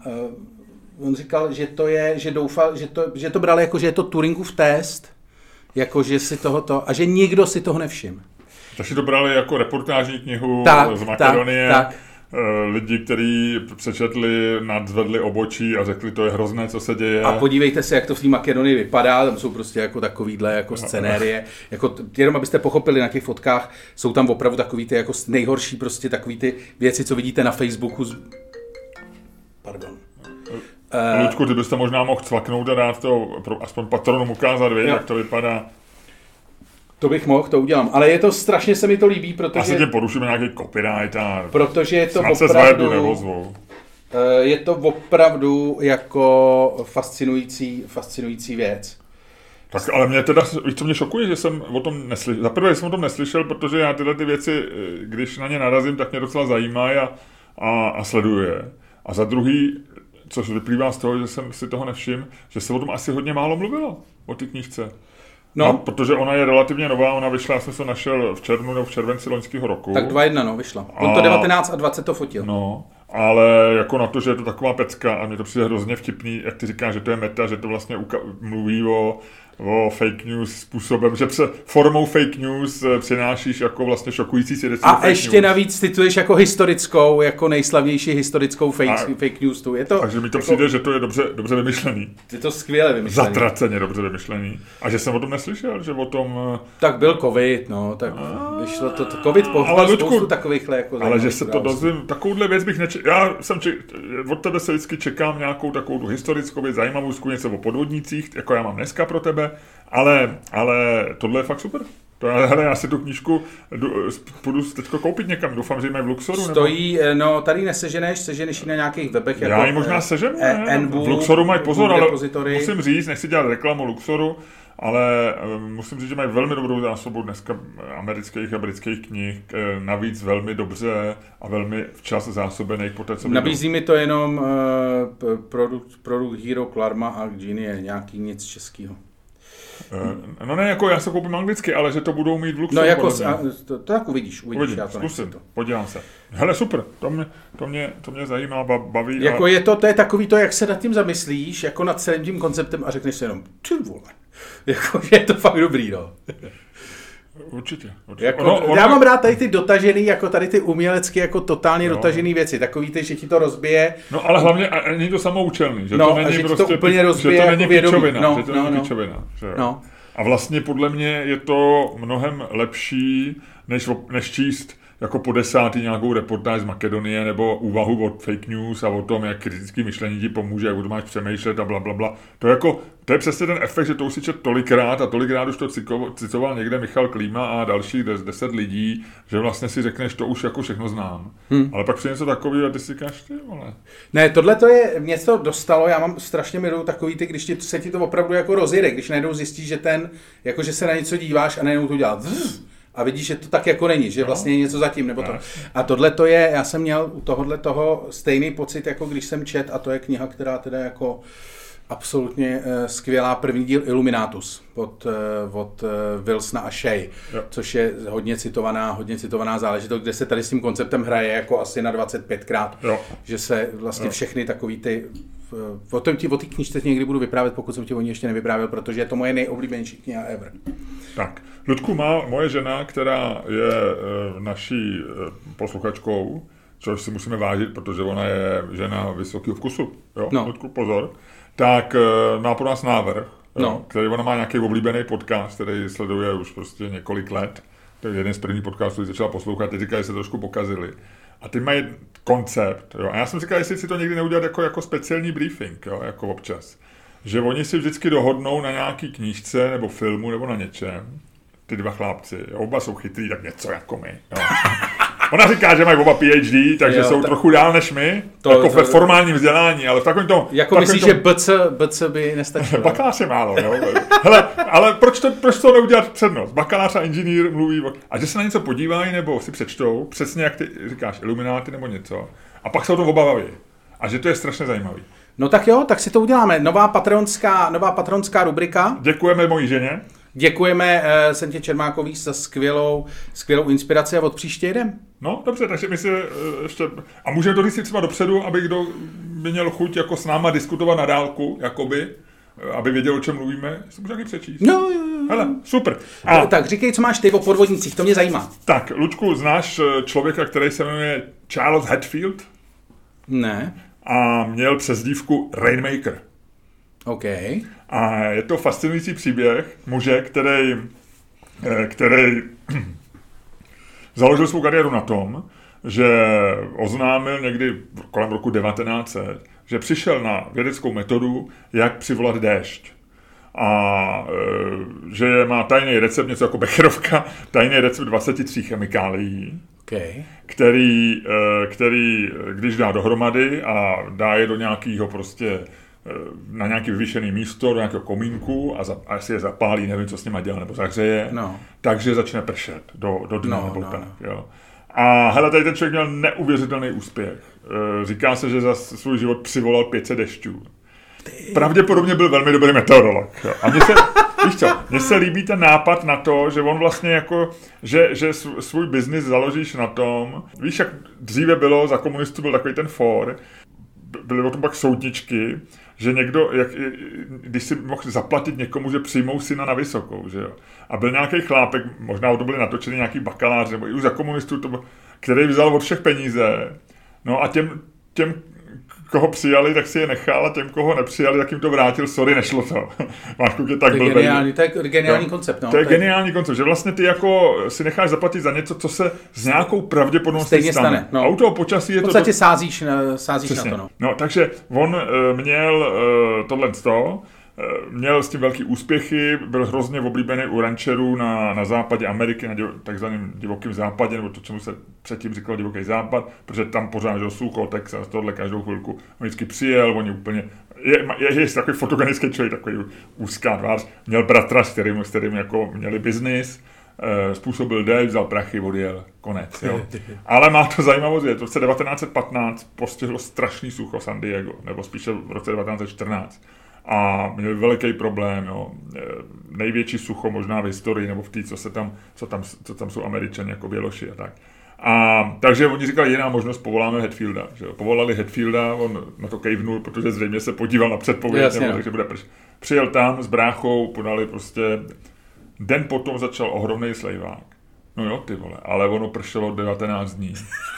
on říkal, že to je, že doufal, že to bral jako, že je to Turingův test, jako že si tohoto, a že nikdo si toho nevšiml. Takže to brali jako reportážní knihu z Makedonie. Tak. Lidi, kteří přečetli, nadzvedli obočí a řekli, to je hrozné, co se děje. A podívejte se, jak to v té Makedonii vypadá, tam jsou prostě jako takovýhle jako scenérie. Jako, jenom abyste pochopili na těch fotkách, jsou tam opravdu takový ty jako nejhorší prostě takový ty věci, co vidíte na Facebooku. Pardon. Ludku, ty byste možná mohl cvaknout a dát to, aspoň patronům ukázat, jak to vypadá. To bych mohl, to udělám. Ale je to strašně, se mi to líbí, protože... Asi tě porušíme nějaký copyright a... Protože je to snad opravdu... se zvajedu nevozvou. Je to opravdu jako fascinující věc. Tak ale mě teda, víš, co mě šokuje, že jsem o tom neslyšel. Zaprvé jsem o tom neslyšel, protože já tyhle ty věci, když na ně narazím, tak mě docela zajímají a sleduju je. A za druhý, což vyplývá z toho, že jsem si toho nevšiml, že se o tom asi hodně málo mluvilo, o té knížce. No, protože ona je relativně nová, ona vyšla, já jsem se našel v červnu nebo v červenci loňského roku. Tak 2.1, vyšla. On to 19 a 20 to fotil. No, ale jako na to, že je to taková pecka a mně to přijde hrozně vtipný, jak ty říkáš, že to je meta, že to vlastně mluví o fake news způsobem, že formou fake news přinášíš jako vlastně šokující svědectví. A ještě news. Navíc cituješ jako historickou, jako nejslavnější historickou fake news. Je to, takže mi to jako, přijde, že to je dobře vymyšlený. Je to skvěle vymyšlený. Zatraceně dobře vymyšlený. A že jsem o tom neslyšel, že o tom... Tak byl covid, no, tak vyšlo to. COVID pohval spoustu takovýchhle jako... Ale že se to dozvím, takovouhle věc bych nečekal. Od tebe se vždycky čekám nějakou takovou historickou věc, zajímavou něco o podvodnících, jako já mám dneska pro tebe. Ale tohle je fakt super. Já si tu knížku půjdu teďko koupit někam. Doufám, že ji mají v Luxoru. Stojí, no tady neseženeš ji na nějakých webech. Já jako, ji možná seženu, v Luxoru mají pozor, ale musím říct, nechci dělat reklamu Luxoru, ale musím říct, že mají velmi dobrou zásobu dneska amerických a britských knih, navíc velmi dobře a velmi včas zásobených po té, co nabízí mi to jenom produkt Hero, Klarma a Genie, nějaký nic českého. No ne, jako já se koupím anglicky, ale že to budou mít v Luxoru. No jako, to tak uvidíš já to zkusím, podívám se. Hele, super, to mě zajímá, baví. Jako to je takový to, jak se nad tím zamyslíš, jako nad celým tím konceptem a řekneš si jenom, ty vole, jako je to fakt dobrý, no. Určitě. Jako, já mám rád tady ty dotažený, jako tady ty umělecky jako totálně dotažený věci. Takový ty, že ti to rozbije. No ale hlavně není to samoučelný, že no, to není že prostě, to úplně rozbije, že to jako není pičovina. No. A vlastně podle mě je to mnohem lepší, než číst jako po 10. nějakou reportáž z Makedonie nebo úvahu od fake news a o tom, jak kritické myšlení ti pomůže, jak o tom máš přemýšlet a blablabla. To je přesně ten efekt, že to už si čet tolikrát a tolikrát už to citoval někde Michal Klíma a dalších 10 lidí, že vlastně si řekneš, to už jako všechno znám. Ale pak přijde něco takového a ty si říkáš, ty vole. Ne, tohle to je, mě to dostalo, já mám strašně miluju takový ty, když se ti to opravdu jako rozjede, když najednou zjistíš, že jako že se na něco díváš a najednou to dělá a vidíš, že to tak jako není, že vlastně je něco zatím, nebo to. A tohle to je, já jsem měl u toho stejný pocit, jako když jsem čet, a to je kniha, která teda jako absolutně skvělá, první díl Illuminatus od Wilsona a Shea, což je hodně citovaná záležitost, kde se tady s tím konceptem hraje jako asi na 25krát, že se vlastně všechny takový ty o té knížce někdy budu vyprávět, pokud jsem ti o ní ještě nevyprávěl, protože je to moje nejoblíbenější kniha ever. Tak, Ludku, má moje žena, která je naší posluchačkou, což si musíme vážit, protože ona je žena vysokého vkusu, jo? No. Ludku, pozor, tak má pro nás návrh, který ona má nějaký oblíbený podcast, který sleduje už prostě několik let. To je jeden z prvních podcastů, který začala poslouchat, teď říká, že se trošku pokazili. A ty mají koncept, jo. A já jsem říkal, jestli si to někdy neudělat jako speciální briefing, jo, jako občas. Že oni si vždycky dohodnou na nějaký knížce, nebo filmu, nebo na něčem. Ty dva chlápci, jo, oba jsou chytrý, tak něco jako my, jo. Ona říká, že mají oba PhD, takže jsou trochu dál než my, ve formálním vzdělání, ale v takovém tom... Jako myslíš, že BC by nestačilo? Bakalář je málo, jo. Hele, ale proč to neudělat přednost? Bakalář a inženýr mluví, a že se na něco podívají, nebo si přečtou, přesně jak ty říkáš, Illumináty nebo něco, a pak se o tom oba baví. A že to je strašně zajímavý. No tak jo, tak si to uděláme. Nová patronská rubrika. Děkujeme mojí ženě. Děkujeme Sentě Čermákový za skvělou inspiraci a od příště jdem. No, dobře, takže my si ještě... A můžeme to říct si třeba dopředu, aby kdo by měl chuť jako s náma diskutovat na dálku, jakoby, aby věděl, o čem mluvíme, si můžeme přečíst. Jo. Hele, super. Tak říkej, co máš ty o podvodnících, to mě zajímá. Tak, Luďku, znáš člověka, který se jmenuje Charles Hatfield? Ne. A měl přezdívku Rainmaker. OK. A je to fascinující příběh muže, který založil svou kariéru na tom, že oznámil někdy kolem roku 1900, že přišel na vědeckou metodu, jak přivolat déšť. A že má tajný recept, něco jako Becherovka, tajný recept 23 chemikálií, který, když dá dohromady a dá je do nějakého prostě na nějaký vyvýšený místo, do nějakého komínku a si je zapálí, nevím, co s nima dělá, nebo zahřeje, takže začne pršet do dne nebo tak. Jo. A hele, tady ten člověk měl neuvěřitelný úspěch. Říká se, že za svůj život přivolal 500 dešťů. Pravděpodobně byl velmi dobrý meteorolog. Jo. A mně se líbí ten nápad na to, že on vlastně jako, že svůj biznis založíš na tom, víš, jak dříve bylo, za komunistů byl takový ten fór, byly o tom pak soudničky, že někdo, když si mohl zaplatit někomu, že přijmou syna na vysokou, že jo. A byl nějaký chlápek, možná to byli natočený nějaký bakalář, nebo i už za komunistů, který vzal od všech peníze. No a těm koho přijali, tak si je nechal, a těm, koho nepřijali, tak jim to vrátil, sorry, nešlo to. Máš koukě tak byl geniální, to je geniální koncept. No. To je geniální koncept, že vlastně ty jako si necháš zaplatit za něco, co se s nějakou pravděpodobností stane. No. A u toho počasí je to... V podstatě sázíš na to. No, takže on měl měl s tím velký úspěchy, byl hrozně oblíbený u rančerů na západě Ameriky, na takzvaném divokém západě, nebo to, čemu se předtím říkalo divoký západ, protože tam pořád žil sucho, Texas, tohle každou chvilku. On vždycky přijel, oni úplně... Je takový fotogenický člověk, takový úzká tvář. Měl bratra, s kterým jako měli biznis, způsobil déšť, vzal prachy, odjel, konec. Jo. Ale má to zajímavost, že v roce 1915 postihlo strašný sucho San Diego, nebo spíše v roce 1914. A měl veliký problém, jo. Největší sucho možná v historii, nebo v té, co tam jsou Američani, jako Běloši a tak. A takže oni říkali, jiná možnost, povoláme Hatfielda. Že jo. Povolali Hatfielda, on na to kejvnul, protože zřejmě se podíval na předpověď, takže bude pršet. Přijel tam s bráchou, podali prostě, den potom začal ohromný slejvák. No jo, ty vole, ale ono pršelo 19 dní.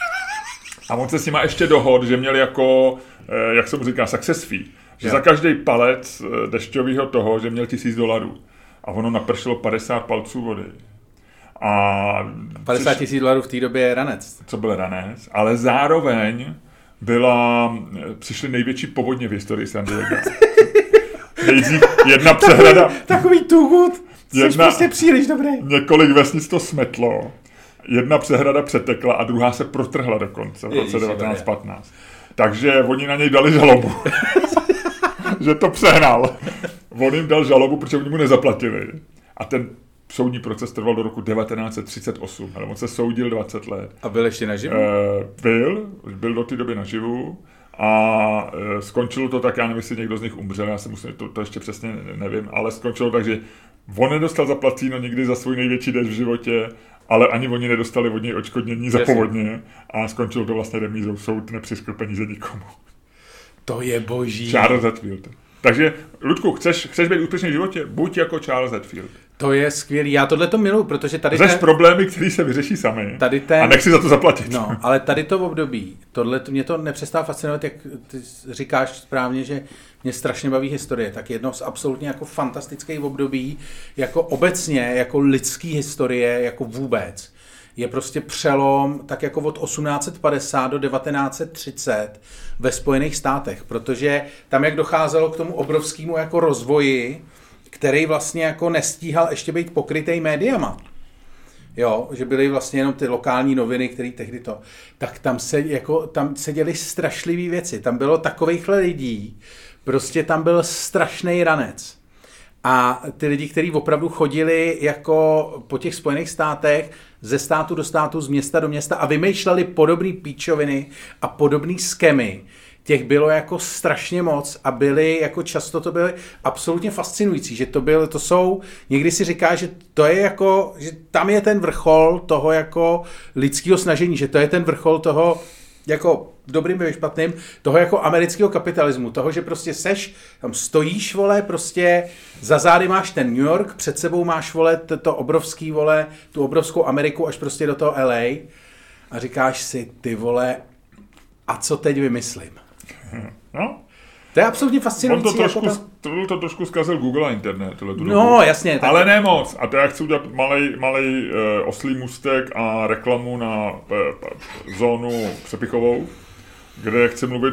A on se s nima ještě dohodl, že měl jako, jak se mu říká, success fee. Že za každý palec dešťového toho, že měl $1000. A ono napršelo 50 palců vody. A 50 000 $ v té době je ranec. Co byl ranec, ale zároveň přišly největší povodně v historii San Diego. Nejdřív jedna přehrada. Takový too good. Jsi prostě příliš dobrý. Několik vesnic to smetlo. Jedna přehrada přetekla a druhá se protrhla dokonce v roce 1915. Takže oni na něj dali žalobu. Že to přehnal. On jim dal žalobu, protože oni mu nezaplatili. A ten soudní proces trval do roku 1938. Ale on se soudil 20 let. A byl ještě naživu? Byl do té doby naživu. A skončilo to tak, já nevím, jestli někdo z nich umřel, já se musím, to ještě přesně nevím, ale skončilo tak, že on nedostal zaplaceno nikdy za svůj největší dešť v životě, ale ani oni nedostali od něj odškodnění za povodně a skončilo to vlastně remízou, soud nepřiškl peníze nikomu. To je boží. Charles Hetfield. Takže, Ludku, chceš být úspěšný v životě? Buď jako Charles Hetfield. To je skvělý, já tohleto miluji, protože tady... Řeš problémy, které se vyřeší sami a nech si za to zaplatit. No, ale tady to období, mě to nepřestává fascinovat, jak ty říkáš správně, že mě strašně baví historie, tak jedno z absolutně jako fantastických období, jako obecně, jako lidský historie, jako vůbec, je prostě přelom tak jako od 1850 do 1930 ve Spojených státech, protože tam jak docházelo k tomu obrovskému jako rozvoji, který vlastně jako nestíhal ještě být pokrytej médiama. Jo, že byly vlastně jenom ty lokální noviny, které tehdy to... Tak tam se děly strašlivé věci. Tam bylo takovejchhle lidí. Prostě tam byl strašný ranec. A ty lidi, kteří opravdu chodili jako po těch Spojených státech ze státu do státu, z města do města a vymýšleli podobné píčoviny a podobné skemy, těch bylo jako strašně moc a byly jako často to byly absolutně fascinující, že to jsou, někdy si říká, že to je jako, že tam je ten vrchol toho jako lidského snažení, že to je ten vrchol toho jako dobrým i špatným, toho jako amerického kapitalismu, toho, že prostě tam stojíš, vole, prostě za zády máš ten New York, před sebou máš, vole, to obrovský, vole, tu obrovskou Ameriku až prostě do toho LA a říkáš si, ty vole, a co teď vymyslím? No. To je absolutně fascinující. To trošku zkazil Google a internet. No, jasně. Tak... Ale ne moc. A to já chci udělat malej oslý můstek a reklamu na zónu Přepichovou, kde chci mluvit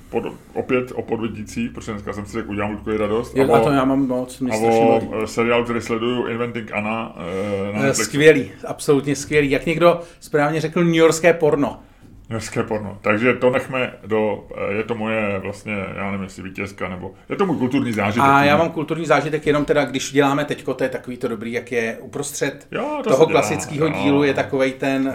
opět o podvodících, protože dneska jsem si řekl, udělám Ludkovi radost. A to já mám moc. A o seriál, který sleduju, Inventing Anna. Skvělý, absolutně skvělý. Jak někdo správně řekl, newyorské porno. Newyorské porno. Takže to nechme je to moje vlastně, já nevím, jestli vítězka, nebo je to můj kulturní zážitek. A já mám kulturní zážitek jenom teda, když děláme teďko, to je takový to dobrý, jak je uprostřed toho klasického dílu, je takovej ten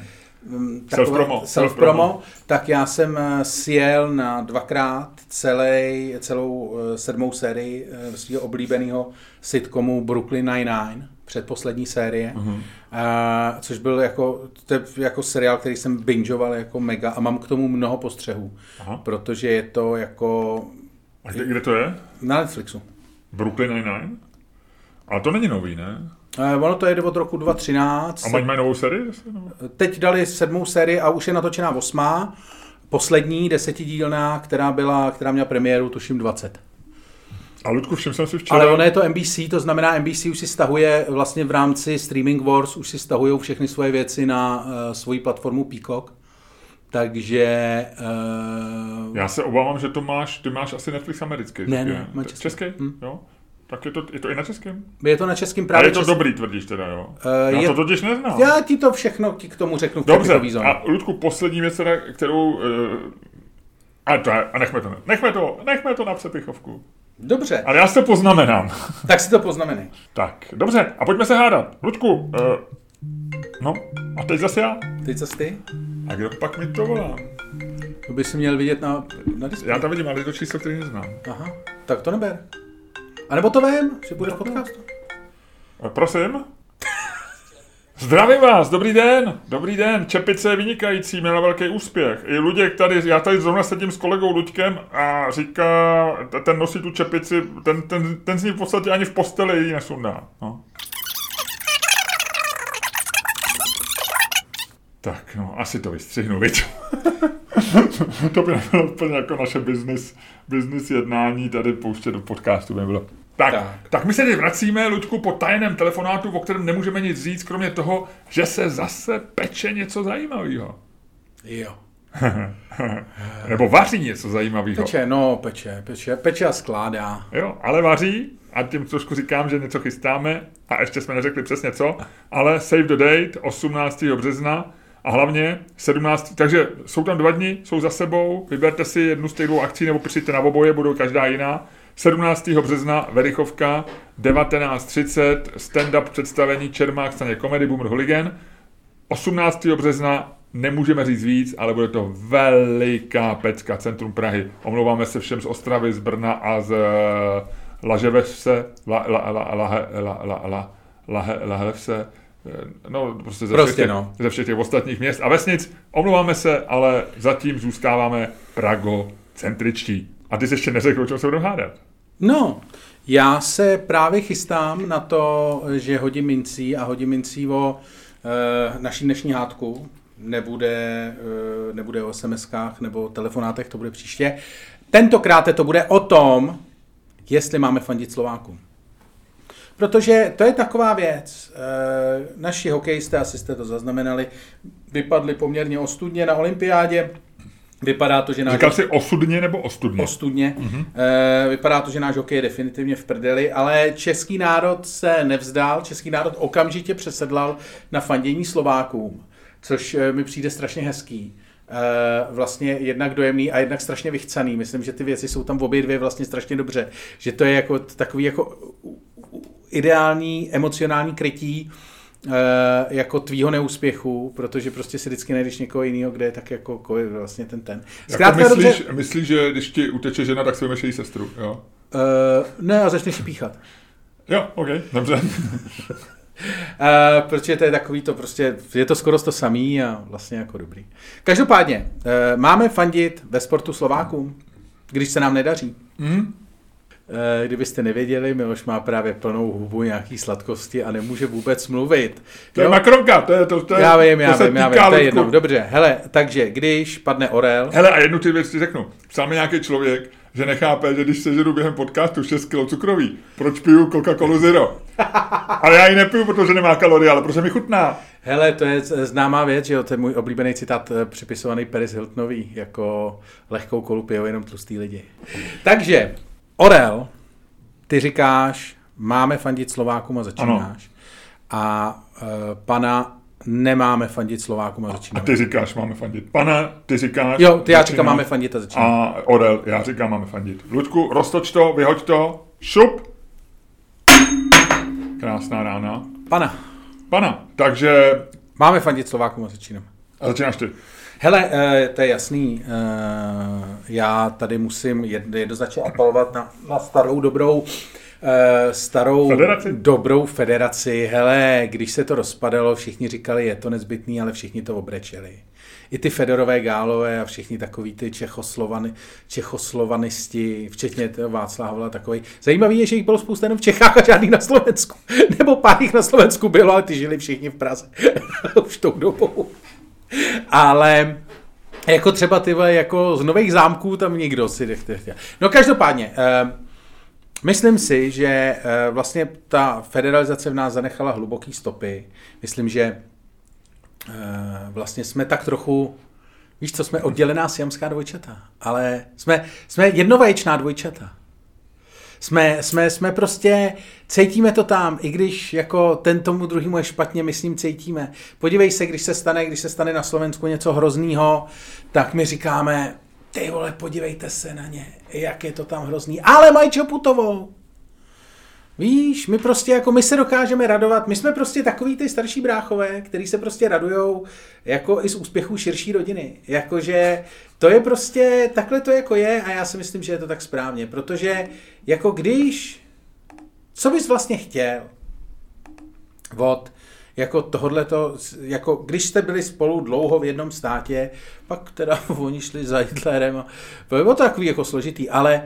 self-promo. Tak já jsem sjel na dvakrát celou 7. sérii svého oblíbeného sitcomu Brooklyn Nine-Nine, předposlední série, což byl jako seriál, který jsem bingeoval jako mega a mám k tomu mnoho postřehů, protože je to jako... A kde to je? Na Netflixu. Brooklyn Nine-Nine? Ale to není nový, ne? Ono to jede od roku 2013. A mají novou sérii? Teď dali 7. sérii a už je natočená 8. Poslední 10dílná, která měla premiéru, tuším 20. A Ludku, všim jsem si včera... Ale ono je to NBC, to znamená NBC už si stahuje vlastně v rámci Streaming Wars, už si stahují všechny svoje věci na svoji platformu Peacock. Takže... Já se obávám, že ty máš asi Netflix americký. Ne, český. Jo? Tak je to i na českém? Je to na českém právě. A je to dobrý, tvrdíš teda, jo? Já to totiž neznám. Já ti to všechno k tomu řeknu v Dobře, a Ludku, poslední věc, kterou... A nechme to na Přepichovku. Dobře. Ale já si to poznamenám. Tak si to poznamenej. Tak, dobře, a pojďme se hádat. Ludku, no, a teď zase já. Teď zase ty? A kdo pak mi to volá? To by si měl vidět na displeji. Já tam vidím, ale je to číslo, který neznám. Aha, tak to neber. A nebo to vím, že bude v podcastu. Prosím? Zdravím vás, dobrý den, Čepice je vynikající, měla velký úspěch. I Luděk tady, já tady zrovna sedím s kolegou Luďkem a říká, ten nosí tu čepici, ten z ní v podstatě ani v posteli ji nesundá. No. Tak, no, asi to vystřihnu, viď? To by nebylo úplně jako naše business jednání tady pouštět do podcastu, by nebylo. Tak my se teď vracíme, Luďku, po tajném telefonátu, o kterém nemůžeme nic říct, kromě toho, že se zase peče něco zajímavého. Jo. Nebo vaří něco zajímavého. Peče a skládá. Jo, ale vaří, a tím trošku říkám, že něco chystáme, a ještě jsme neřekli přesně co, ale save the date, 18. března, a hlavně 17. Takže jsou tam 2 dny, jsou za sebou, vyberte si jednu z těch 2 akcí, nebo přijďte na oboje, budou každá jiná. 17. března Verichovka, 19:30, stand-up představení Čermák scéně Comedy Boomer Hooligan. 18. března nemůžeme říct víc, ale bude to veliká pecka, centrum Prahy. Omlouváme se všem z Ostravy, z Brna a z Laževce, Lahevce, no prostě ze všech těch ostatních měst a vesnic. Omlouváme se, ale zatím zůstáváme pragocentričtí. A ty jsi ještě neřekl, o čem se budeme hádat. No, já se právě chystám na to, že hodím mincí o naší dnešní hádku. Nebude o SMS-kách nebo telefonátech, to bude příště. Tentokrát to bude o tom, jestli máme fandit Slovákům. Protože to je taková věc. Naši hokejisté, asi jste to zaznamenali, vypadli poměrně ostudně na olympiádě. Vypadá to, že náš... Říkal jsi osudně nebo ostudně? Ostudně. Vypadá to, že náš hokej je definitivně v prdeli, ale český národ se nevzdál, český národ okamžitě přesedlal na fandění Slovákům, což mi přijde strašně hezký. Vlastně jednak dojemný a jednak strašně vychcaný. Myslím, že ty věci jsou tam obě dvě vlastně strašně dobře. Že to je jako takový jako ideální emocionální krytí jako tvýho neúspěchu, protože prostě si vždycky najdeš někoho jiného, kde je tak jako vlastně ten. Zkrátka myslíš, že když ti uteče žena, tak si vymeš její sestru, jo? Ne, a začneš ji píchat. Jo, ok, dobře. Protože to je takový to prostě, je to skoro to samý a vlastně jako dobrý. Každopádně, máme fandit ve sportu Slovákům, když se nám nedaří. Kdybyste nevěděli, Miloš má právě plnou hubu nějaký sladkosti a nemůže vůbec mluvit. To je makronka, to je. Já vím, to je jedno. Dobře, hele, takže když padne orel... Hele, a jednu ty věc ti řeknu. Psal mi nějaký člověk, že nechápe, že když sežeru během podcastu 6 kg cukroví, proč piju Coca-Colu Zero? Ale já ji nepiju, protože nemá kalorie, ale protože mi chutná. Hele, to je známá věc, že jo, to je můj oblíbený citát připisovaný Paris Hiltonový, jako lehkou kolu pijou jenom tlustý lidi. Takže, orel, ty říkáš, máme fandit Slovákům a začínáš. Ano. A pana nemáme fandit Slovákům a začínáme. A ty říkáš, máme fandit pana, ty říkáš... Jo, ty já říkám, máme fandit a začínáme. A orel, já říkám, máme fandit. Luďku, roztoč to, vyhoď to, šup. Krásná rána. Pana, takže... Máme fandit Slovákům a začínáme. A začínáš ty. Hele, to je jasný. Já tady musím jednoznačně apelovat na starou dobrou federaci. Hele, když se to rozpadalo, všichni říkali, je to nezbytný, ale všichni to obrečeli. I ty Fedorové, Gálové a všichni takový ty čechoslovanisti, včetně Václava Havla takový. Zajímavý je, že jich bylo spousta jenom v Čechách a žádný na Slovensku. Nebo pár jich na Slovensku bylo, ale ty žili všichni v Praze. Už tou dobou. Ale jako třeba tyhle jako z Nových Zámků tam nikdo si nechtěl. No každopádně, myslím si, že vlastně ta federalizace v nás zanechala hluboký stopy. Myslím, že vlastně jsme tak trochu, víš co, jsme oddělená siamská dvojčata, ale jsme jednovaječná dvojčata. Jsme prostě, cítíme to tam, i když jako ten tomu druhému je špatně, my s ním cítíme. Podívej se, když se stane na Slovensku něco hroznýho, tak my říkáme, ty vole, podívejte se na ně, jak je to tam hrozný, ale mají Čoputovou. Víš, my se dokážeme radovat, my jsme prostě takový ty starší bráchové, který se prostě radujou jako i z úspěchů širší rodiny. Jakože to je prostě, takhle to jako je a já si myslím, že je to tak správně, protože jako co bys vlastně chtěl od jako tohodleto, jako když jste byli spolu dlouho v jednom státě, pak teda oni šli za Hitlerem a bylo to takový jako složitý, ale...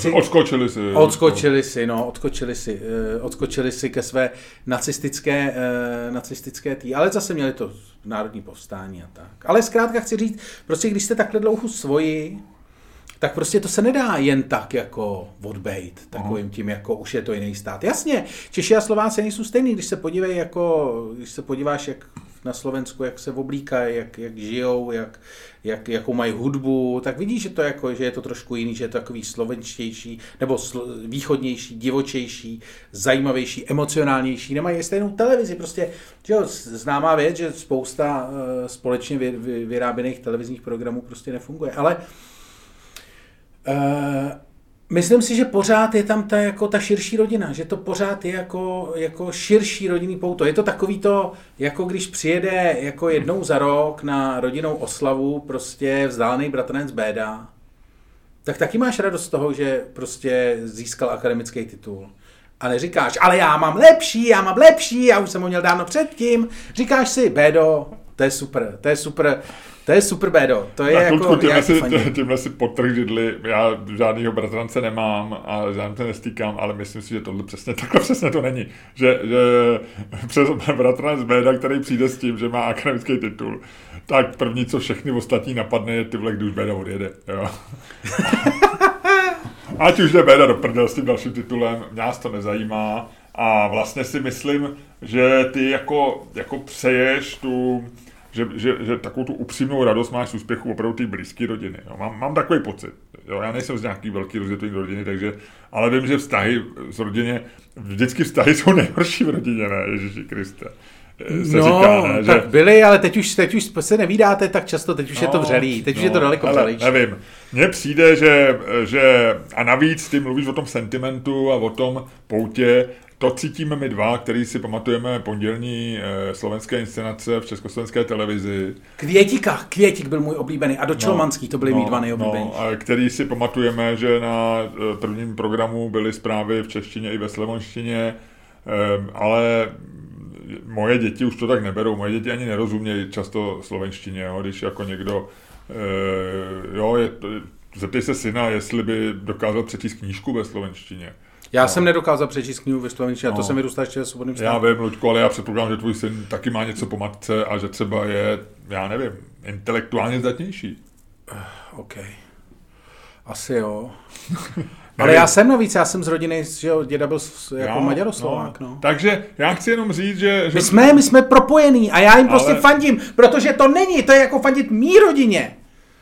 Odskočili si ke své nacistické tý, ale zase měli to národní povstání a tak. Ale zkrátka chci říct, prostě když jste takhle dlouho svoji tak prostě to se nedá jen tak jako odbejt takovým tím, jako už je to jiný stát. Jasně, Češi a Slováci nejsou stejný, když se podíváš, jak na Slovensku, jak se oblíkají, jak žijou, jakou mají hudbu, tak vidíš, že že je to trošku jiný, že je to takový slovenštější, nebo východnější, divočejší, zajímavější, emocionálnější. Nemají stejnou televizi, prostě, že jo, známá věc, že spousta společně vyráběných televizních programů prostě nefunguje, ale myslím si, že pořád je tam ta širší rodina, že to pořád je jako širší rodinný pouto. Je to takový to, jako když přijede jako jednou za rok na rodinnou oslavu prostě vzdálený bratranec Béda, tak taky máš radost z toho, že prostě získal akademický titul. A neříkáš, ale já mám lepší, já už jsem ho měl dávno předtím. Říkáš si, Bédo, to je super, Bédo. To je na jako... Tímhle si podtrh židli, já žádnýho bratrance nemám a žádný se nestýkám, ale myslím si, že tohle přesně to není. Že přes bratranec Béda, který přijde s tím, že má akademický titul, tak první, co všechny ostatní napadne, je ty vole, když Béda odjede. Jo. Ať už jde Béda do prdel s tím dalším titulem, nás to nezajímá a vlastně si myslím, že ty jako přeješ tu... Že takovou tu upřímnou radost máš z úspěchu opravdu té blízké rodiny. Jo. Mám takový pocit. Jo. Já nejsem z nějaký velký rozjetý rodiny, ale vím, že vztahy z rodině, vždycky vztahy jsou nejhorší v rodině, ne, Ježíši Kriste. Říká, ne, tak že... byli, ale teď už se nevídáte tak často, teď už je to vřelý, teď už je to daleko vřelejší. Nevím, mně přijde, že a navíc ty mluvíš o tom sentimentu a o tom poutě, to cítíme my dva, který si pamatujeme pondělní slovenské inscenace v československé televizi. Květik byl můj oblíbený a Dočelmanský, to byly mý dva nejoblíbenější. Který si pamatujeme, že na prvním programu byly zprávy v češtině i ve slovenštině, ale moje děti už to tak neberou, moje děti ani nerozumějí často slovenštině, jo, když jako někdo, zeptej se syna, jestli by dokázal přečíst knížku ve slovenštině. Já jsem nedokázal přečíst knihu ve slovenštině, a to jsem vyrůstal ještě ve svobodném státu. Já vím, Luďko, ale já předpokládám, že tvůj syn taky má něco po matce a že třeba je, já nevím, intelektuálně zdatnější. OK. Asi jo. Ale já jsem z rodiny, že jo, děda byl jako Maďaroslovák, no. Takže já chci jenom říct, že... My jsme propojení a já jim prostě fandím, protože to je jako fandit mý rodině.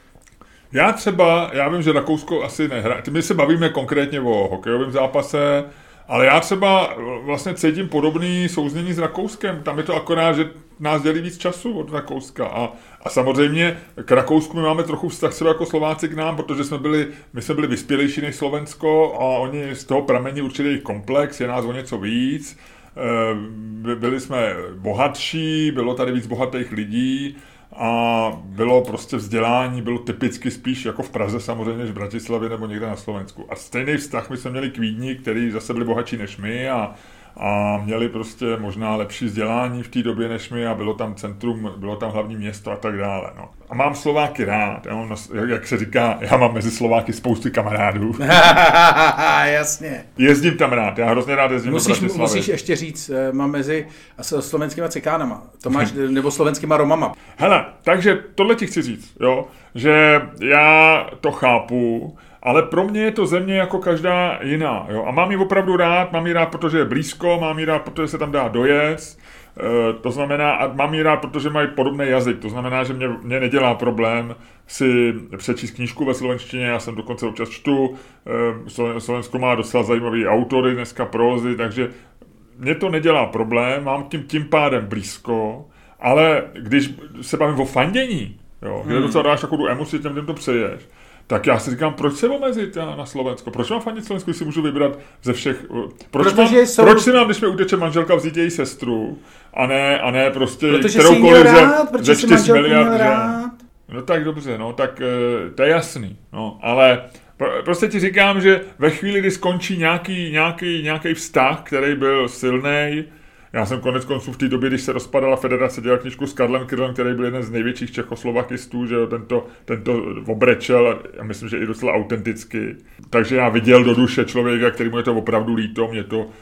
Já vím, že Rakousko asi nehraje. My se bavíme konkrétně o hokejovém zápase, ale já třeba vlastně cítím podobný souznění s Rakouskem. Tam je to akorát, že nás dělí víc času od Rakouska. A samozřejmě k Rakousku my máme trochu vztah třeba jako Slováci k nám, protože my jsme byli vyspělejší než Slovensko a oni z toho pramení určitý komplex, je nás o něco víc. Byli jsme bohatší, bylo tady víc bohatých lidí, a bylo prostě vzdělání, bylo typicky spíš jako v Praze samozřejmě, než v Bratislavě nebo někde na Slovensku. A stejný vztah my jsme měli k Vídni, který zase byli bohatší než my a měli prostě možná lepší vzdělání v té době než my a bylo tam centrum, bylo tam hlavní město a tak dále. No. A mám Slováky rád, jak se říká, já mám mezi Slováky spousty kamarádů. Jasně. Jezdím tam rád, já hrozně rád jezdím do Bratislavy. Musíš ještě říct, mám mezi slovenskýma cikánama, to máš, nebo slovenskýma Romama. Hele, takže tohle ti chci říct, jo, že já to chápu, ale pro mě je to země jako každá jiná. Jo? A mám ji opravdu rád, protože je blízko, mám ji rád, protože se tam dá dojet, to znamená, a mám ji rád, protože mají podobný jazyk, to znamená, že mě nedělá problém si přečíst knížku ve slovenštině, já jsem dokonce občas čtu, Slovensko má docela zajímavý autory, dneska prózy, takže mě to nedělá problém, mám tím pádem blízko, ale když se bavím o fandění, jo, kde docela dáš takovou emoci těm to přeješ, tak já si říkám, proč se omezit na Slovensko? Proč mám fandit Slovensku, když si můžu vybrat ze všech... Proč si mám, když mi uteče manželka, vzít její sestru, a ne prostě kteroukoliv ze 4 miliard. No tak dobře, no tak to je jasný. No, ale prostě ti říkám, že ve chvíli, kdy skončí nějaký vztah, který byl silnej. Já jsem konec konců v té době, když se rozpadala federace, dělal knížku s Karlem Kyrlem, který byl jeden z největších čechoslovakistů, že jo, tento obrečel a myslím, že i docela autenticky. Takže já viděl do duše člověka, který mu je to opravdu líto,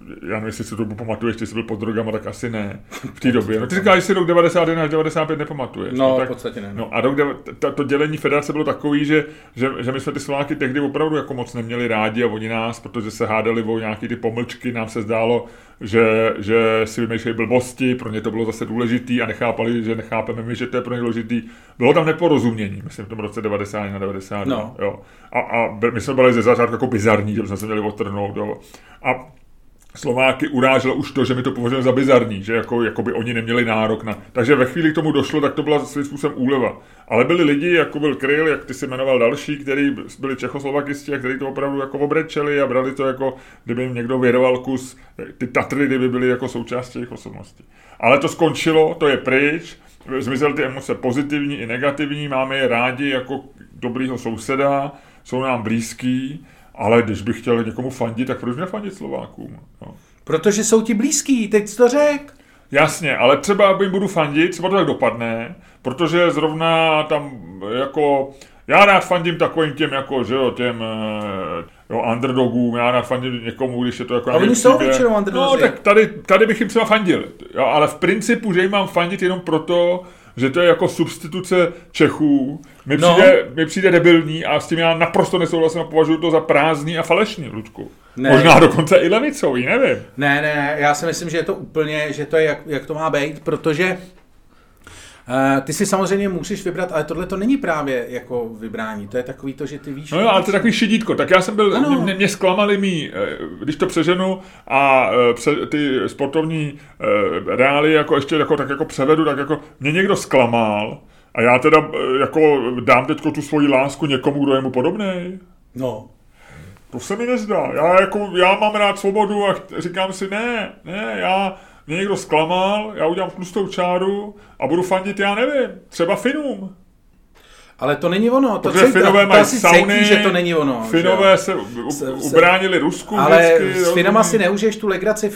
já nevím, jestli si to pamatuješ, ty jsi byl pod drogama, tak asi ne v té době. No ty říkáš, že si rok 91 až 95 nepamatuješ. No, tak, v podstatě ne. No a to dělení federace bylo takový, že my jsme ty Slováky tehdy opravdu jako moc neměli rádi a oni nás, protože se hádali o nějaký ty pomlčky, nám se zdálo, že si vymýšlejí blbosti, pro ně to bylo zase důležitý a nechápali, že nechápeme my, že to je pro ně důležitý. Bylo tam neporozumění, myslím v tom roce 91 90. No. Jo. A my jsme byli ze začátku jako bizarní, že jsme se měli odtrhnout. Jo. A Slováky uráželo už to, že my to považujeme za bizarní, že jako by oni neměli nárok na... Takže ve chvíli k tomu došlo, tak to byla svým způsobem úleva. Ale byli lidi, jako byl Kryl, jak ty si jmenoval další, kteří byli Čechoslovakisti a kteří to opravdu jako obrečeli a brali to jako, kdyby jim někdo věroval kus, ty Tatry, kdyby byly jako součástí jejich osobnosti. Ale to skončilo, to je pryč, zmizely ty emoce pozitivní i negativní, máme je rádi jako dobrýho souseda, jsou nám blízký. Ale když bych chtěl někomu fandit, tak proč nefandit Slovákům? No. Protože jsou ti blízký, teď jsi to řek. Jasně, ale třeba jim budu fandit, třeba to tak dopadne, protože zrovna tam jako... Já rád fandím takovým těm, jako, že jo, těm underdogům, já rád fandím někomu, když je to jako... A oni jsou většinou underdogy. No, tak tady bych jim třeba fandil, jo, ale v principu, že jim mám fandit jenom proto, že to je jako substituce Čechů, mi přijde debilní a s tím já naprosto nesouhlasím a považuji to za prázdný a falešný, Ludku. Ne. Možná dokonce i levicový, nevím. Ne, já si myslím, že je to úplně, že to je jak to má být, protože ty si samozřejmě musíš vybrat, ale tohle to není právě jako vybrání, to je takový to, že ty víš... No jo, ale to je takový šidítko, tak já jsem byl, mě zklamali mý, když to přeženu a ty sportovní reály jako ještě tak jako převedu, tak jako mě někdo zklamal a já teda jako dám teďko tu svoji lásku někomu, kdo je mu podobnej. No. To se mi nezdá, já mám rád svobodu a říkám si mě někdo zklamal, já udělám tlustou čáru a budu fandit, já nevím, třeba Finům. Ale to není ono. Protože Finové mají sauny, cítí, že to není ono. Finové se ubránili Rusku. Ale s Finama si neužiješ tu legraci,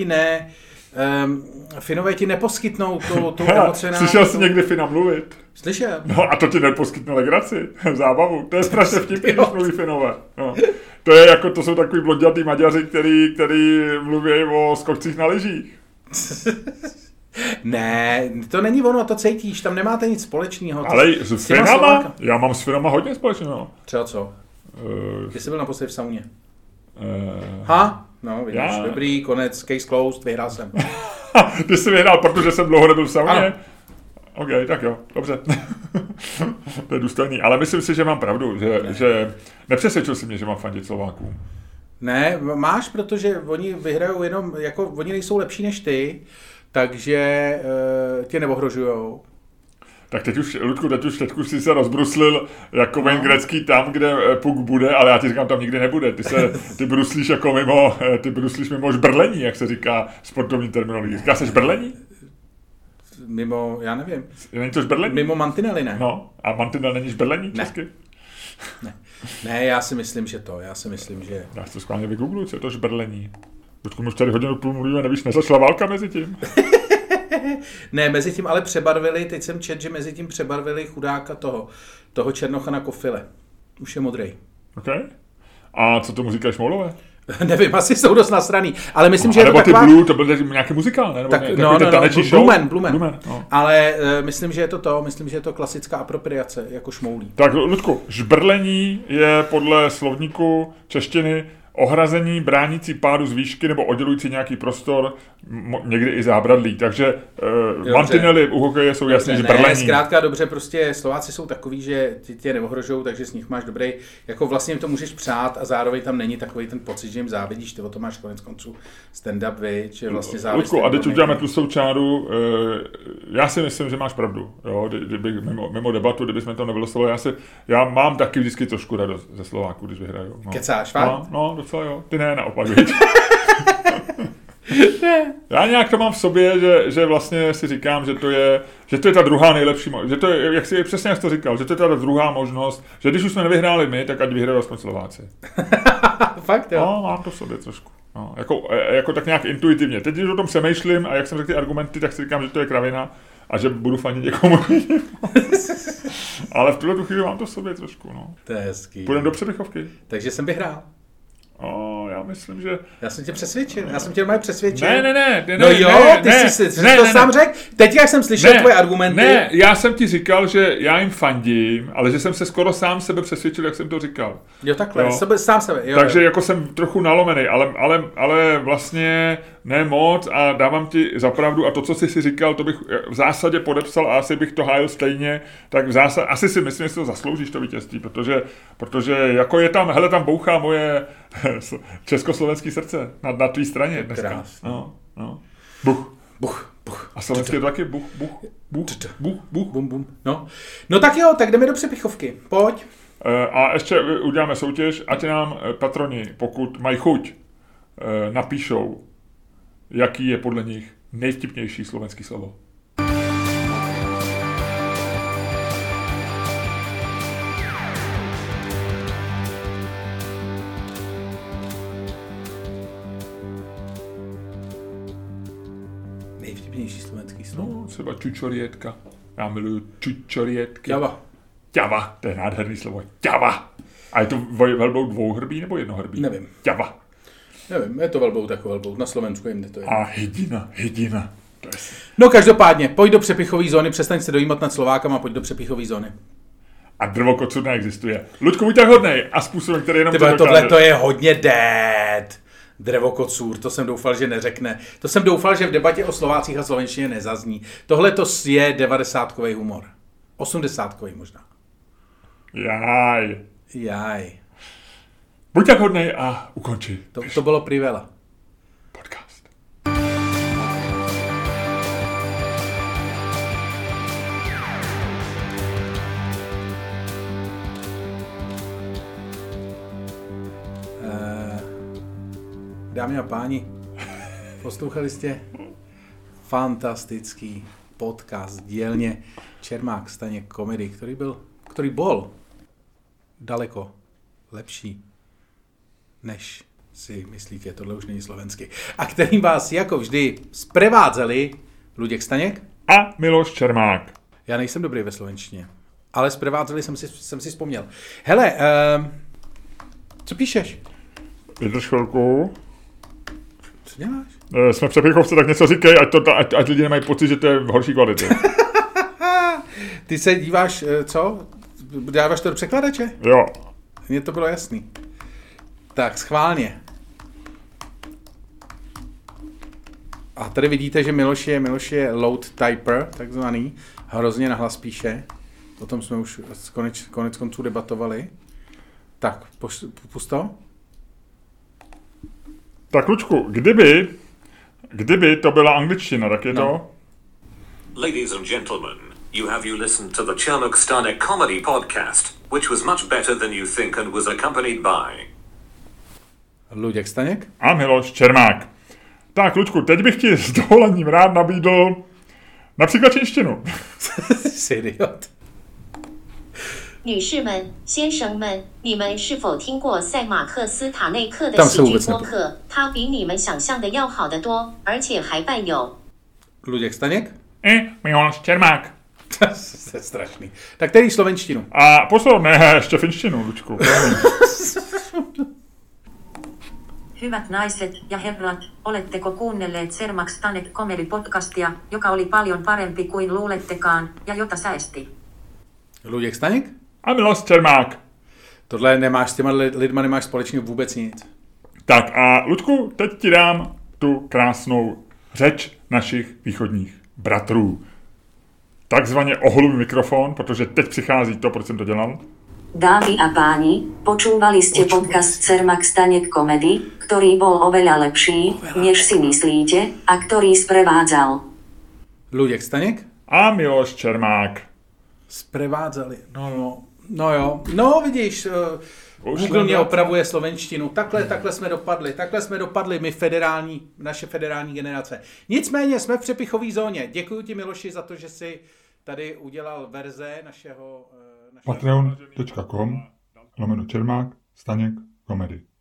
Finové ti neposkytnou tu emocionální... Slyšel jsi někdy Fina mluvit? Slyšel. No a to ti neposkytne legraci, zábavu. To je strašně vtipný, když mluví Finové. No. To jsou takový blondětý Maďaři, který mluví o skokcích na lyžích. Ne, to není ono, to cítíš, tam nemáte nic společného. Ale s Finama? Já mám s Finama hodně společného. Třeba co? Ty jsi byl naposledy v sauně. No, vidíš, já... dobrý, konec, case closed, vyhrál jsem. Ty jsi vyhrál, protože jsem dlouho nebyl v sauně? Ano. OK, tak jo, dobře. To je důstojný, ale myslím si, že mám pravdu, že nepřesvědčil si mě, že mám fandit Slovákům. Ne, máš, protože oni vyhrajou jenom, jako oni nejsou lepší než ty, takže tě neohrožujou. Tak teď už si se rozbruslil jako Wayne Gretzky tam, kde puk bude, ale já ti říkám, tam nikdy nebude. Ty bruslíš jako mimo žbrlení, jak se říká sportovní terminologie. Říká se žbrlení? Mimo, já nevím. Není to žbrlení? Mimo mantinely, ne. No, a mantinel není žbrlení česky? Ne, já si myslím, že... Já si to schválně vygoogluji, co je to žbrlení. Dokud už tady hodinu půl mluvíme, nevíš, nezačala válka mezi tím? Ne, mezi tím ale přebarvili, teď jsem četl, že mezi tím přebarvili chudáka toho Černocha na Kofile. Už je modrej. OK. A co tomu říkáš Moulové? Nevím, asi jsou dost nasraný, ale myslím, že je to taková... Nebo ty Blue, to byl nějaký muzikál, ne? Blumen. No. Ale myslím, že je to klasická apropriace, jako šmoulí. Tak, Ludku, žbrlení je podle slovníku češtiny ohrazení bránící pádu z výšky nebo oddělující nějaký prostor, někdy i zábradlí. Takže mantinely u hokeje jsou jasně žbrlení. Ne, zkrátka dobře, prostě Slováci jsou takový, že tě neohrožují, takže s nich máš dobrý, jako vlastně jim to můžeš přát a zároveň tam není takový ten pocit, že jim závidíš, ty o to máš konec konců stand-up, že vlastně závidíš. Ludku, a teď uděláme tlustou čáru, já si myslím, že máš pravdu, jo, kdyby mimo debatu, kdybychom to nevylosovali, já mám taky vždycky trošku radost ze Slováků, když vyhrajou. No. Kecáš, fakt? No, docela jo. Ty ne, naopak. Já nějak to mám v sobě, že vlastně si říkám, že to je ta druhá nejlepší možnost. Že to je, jak si přesně jak to říkal, že to je ta druhá možnost, že když už jsme nevyhráli my, tak ať vyhrají aspoň Slováci. Fakt jo? No, mám to v sobě trošku. No, jako tak nějak intuitivně. Teď, když o tom přemýšlím a jak jsem řekl ty argumenty, tak si říkám, že to je kravina a že budu fandit někomu. Ale v tuhle chvíli mám to v sobě trošku. No. To je hezký. Půjdeme do přebychovky. Takže jsem vyhrál. Já já myslím, že... Já jsem tě přesvědčil, já jsem tě normálně přesvědčil. Ne. No jo, ty jsi to sám řekl. Teď, jak jsem slyšel tvoje argumenty. Ne, já jsem ti říkal, že já jim fandím, ale že jsem se skoro sám sebe přesvědčil, jak jsem to říkal. Jo, takhle, jo. Sám sebe. Jo, takže jako jsem trochu nalomený, ale vlastně ne moc a dávám ti za pravdu a to, co jsi si říkal, to bych v zásadě podepsal a asi bych to hájil stejně, tak v zásadě, asi si myslím, že si to zasloužíš to vítězství, protože jako je tam, hele, tam bouchá moje československý srdce na tvý straně dneska. No. Buch. A slovenský je to taky buch. Bum. No tak jo, tak jdeme do přepichovky. Pojď. A ještě uděláme soutěž, ať nám patroni, pokud mají chuť, napíšou, jaký je podle nich nejvtipnější slovenský slovo. Nejvtipnější slovenský slovo? No, třeba čučorietka. Já miluju čučorietky. Ťava, to je nádherný slovo. Ťava. A je to velbloud dvouhrbý nebo jednohrbý? Nevím. Ťava. Nevím, je to velbloud jako velbloud. Na Slovensku jim to je. A hydina. No každopádně, pojď do přepichové zóny, přestaň se dojímat nad Slovákama, pojď do přepichové zóny. A drvokocur neexistuje. Luďku, buď tak hodnej a způsobem, který jenom tohle to je hodně dead. Drevokocůr, to jsem doufal, že neřekne. To jsem doufal, že v debatě o Slovácích a slovenštině nezazní. Tohle to je 90kový humor. 80kový možná. Jaj. Buď tak hodnej a ukonči. To bylo Privela. Podcast. Dámy a páni, poslouchali jste fantastický podcast dílně Čermák Staněk Komedy, který byl daleko lepší, než si myslíte, tohle už není slovensky, a kterým vás jako vždy sprevázeli Luděk Staněk a Miloš Čermák. Já nejsem dobrý ve slovenštině, ale sprevázeli jsem si vzpomněl. Hele, co píšeš? Vydrž chvilku. Co děláš? Jsme v přepichovce, tak něco říkej, ať lidi nemají pocit, že to je v horší kvality. Ty se díváš, co? Dáváš to do překladače? Jo. Mně to bylo jasný. Tak, schválně. A tady vidíte, že Miloš je load typer, takzvaný. Hrozně nahlas píše. O tom jsme už konec konců debatovali. Tak, pust to. Tak, Lučku, kdyby to byla angličtina, tak je to... Ladies and gentlemen, you listened to the Čermák Staněk Comedy Podcast, which was much better than you think and was accompanied by... Luděk Staněk a Miloš Čermák. Tak, Lučku, teď bych ti s dovolením rád nabídl například čínštinu. Jsi idiot. 女士们、先生们，你们是否听过赛马克斯塔内克的喜剧播客？它比你们想象的要好得多，而且还伴有 Luděk Staněk Miloš Čermák. To je strašný. Tak který slovenštinu? A poslouchej, ještě finštinu, Lučku. Hyvät naiset ja herrat, oletteko kuunnelleet Čermák Staněk Comedy Podcastia, joka oli paljon parempi kuin luulettekaan, ja jota säästi? Luděk Staněk a Miloš Čermák. Tohle nemáš s těma lidma nemáš společného vůbec nic. Tak a Luďku, teď ti dám tu krásnou řeč našich východních bratrů. Takzvaně oholubý mikrofon, protože teď přichází to, proč jsem to dělal. Dámy a páni, počúvali ste podcast Čermák Staněk Comedy, ktorý bol oveľa lepší, než si myslíte, a ktorý sprevádzal Luděk Staněk a Miloš Čermák. Sprevádzali. No jo. No vidíš, Google mě opravuje slovenštinu. Takhle jsme dopadli my naše federální generace. Nicméně jsme v přepichové zóně. Děkuji ti, Miloši, za to, že jsi tady udělal verze našeho... Patreon.com/Čermák Staněk Komedy.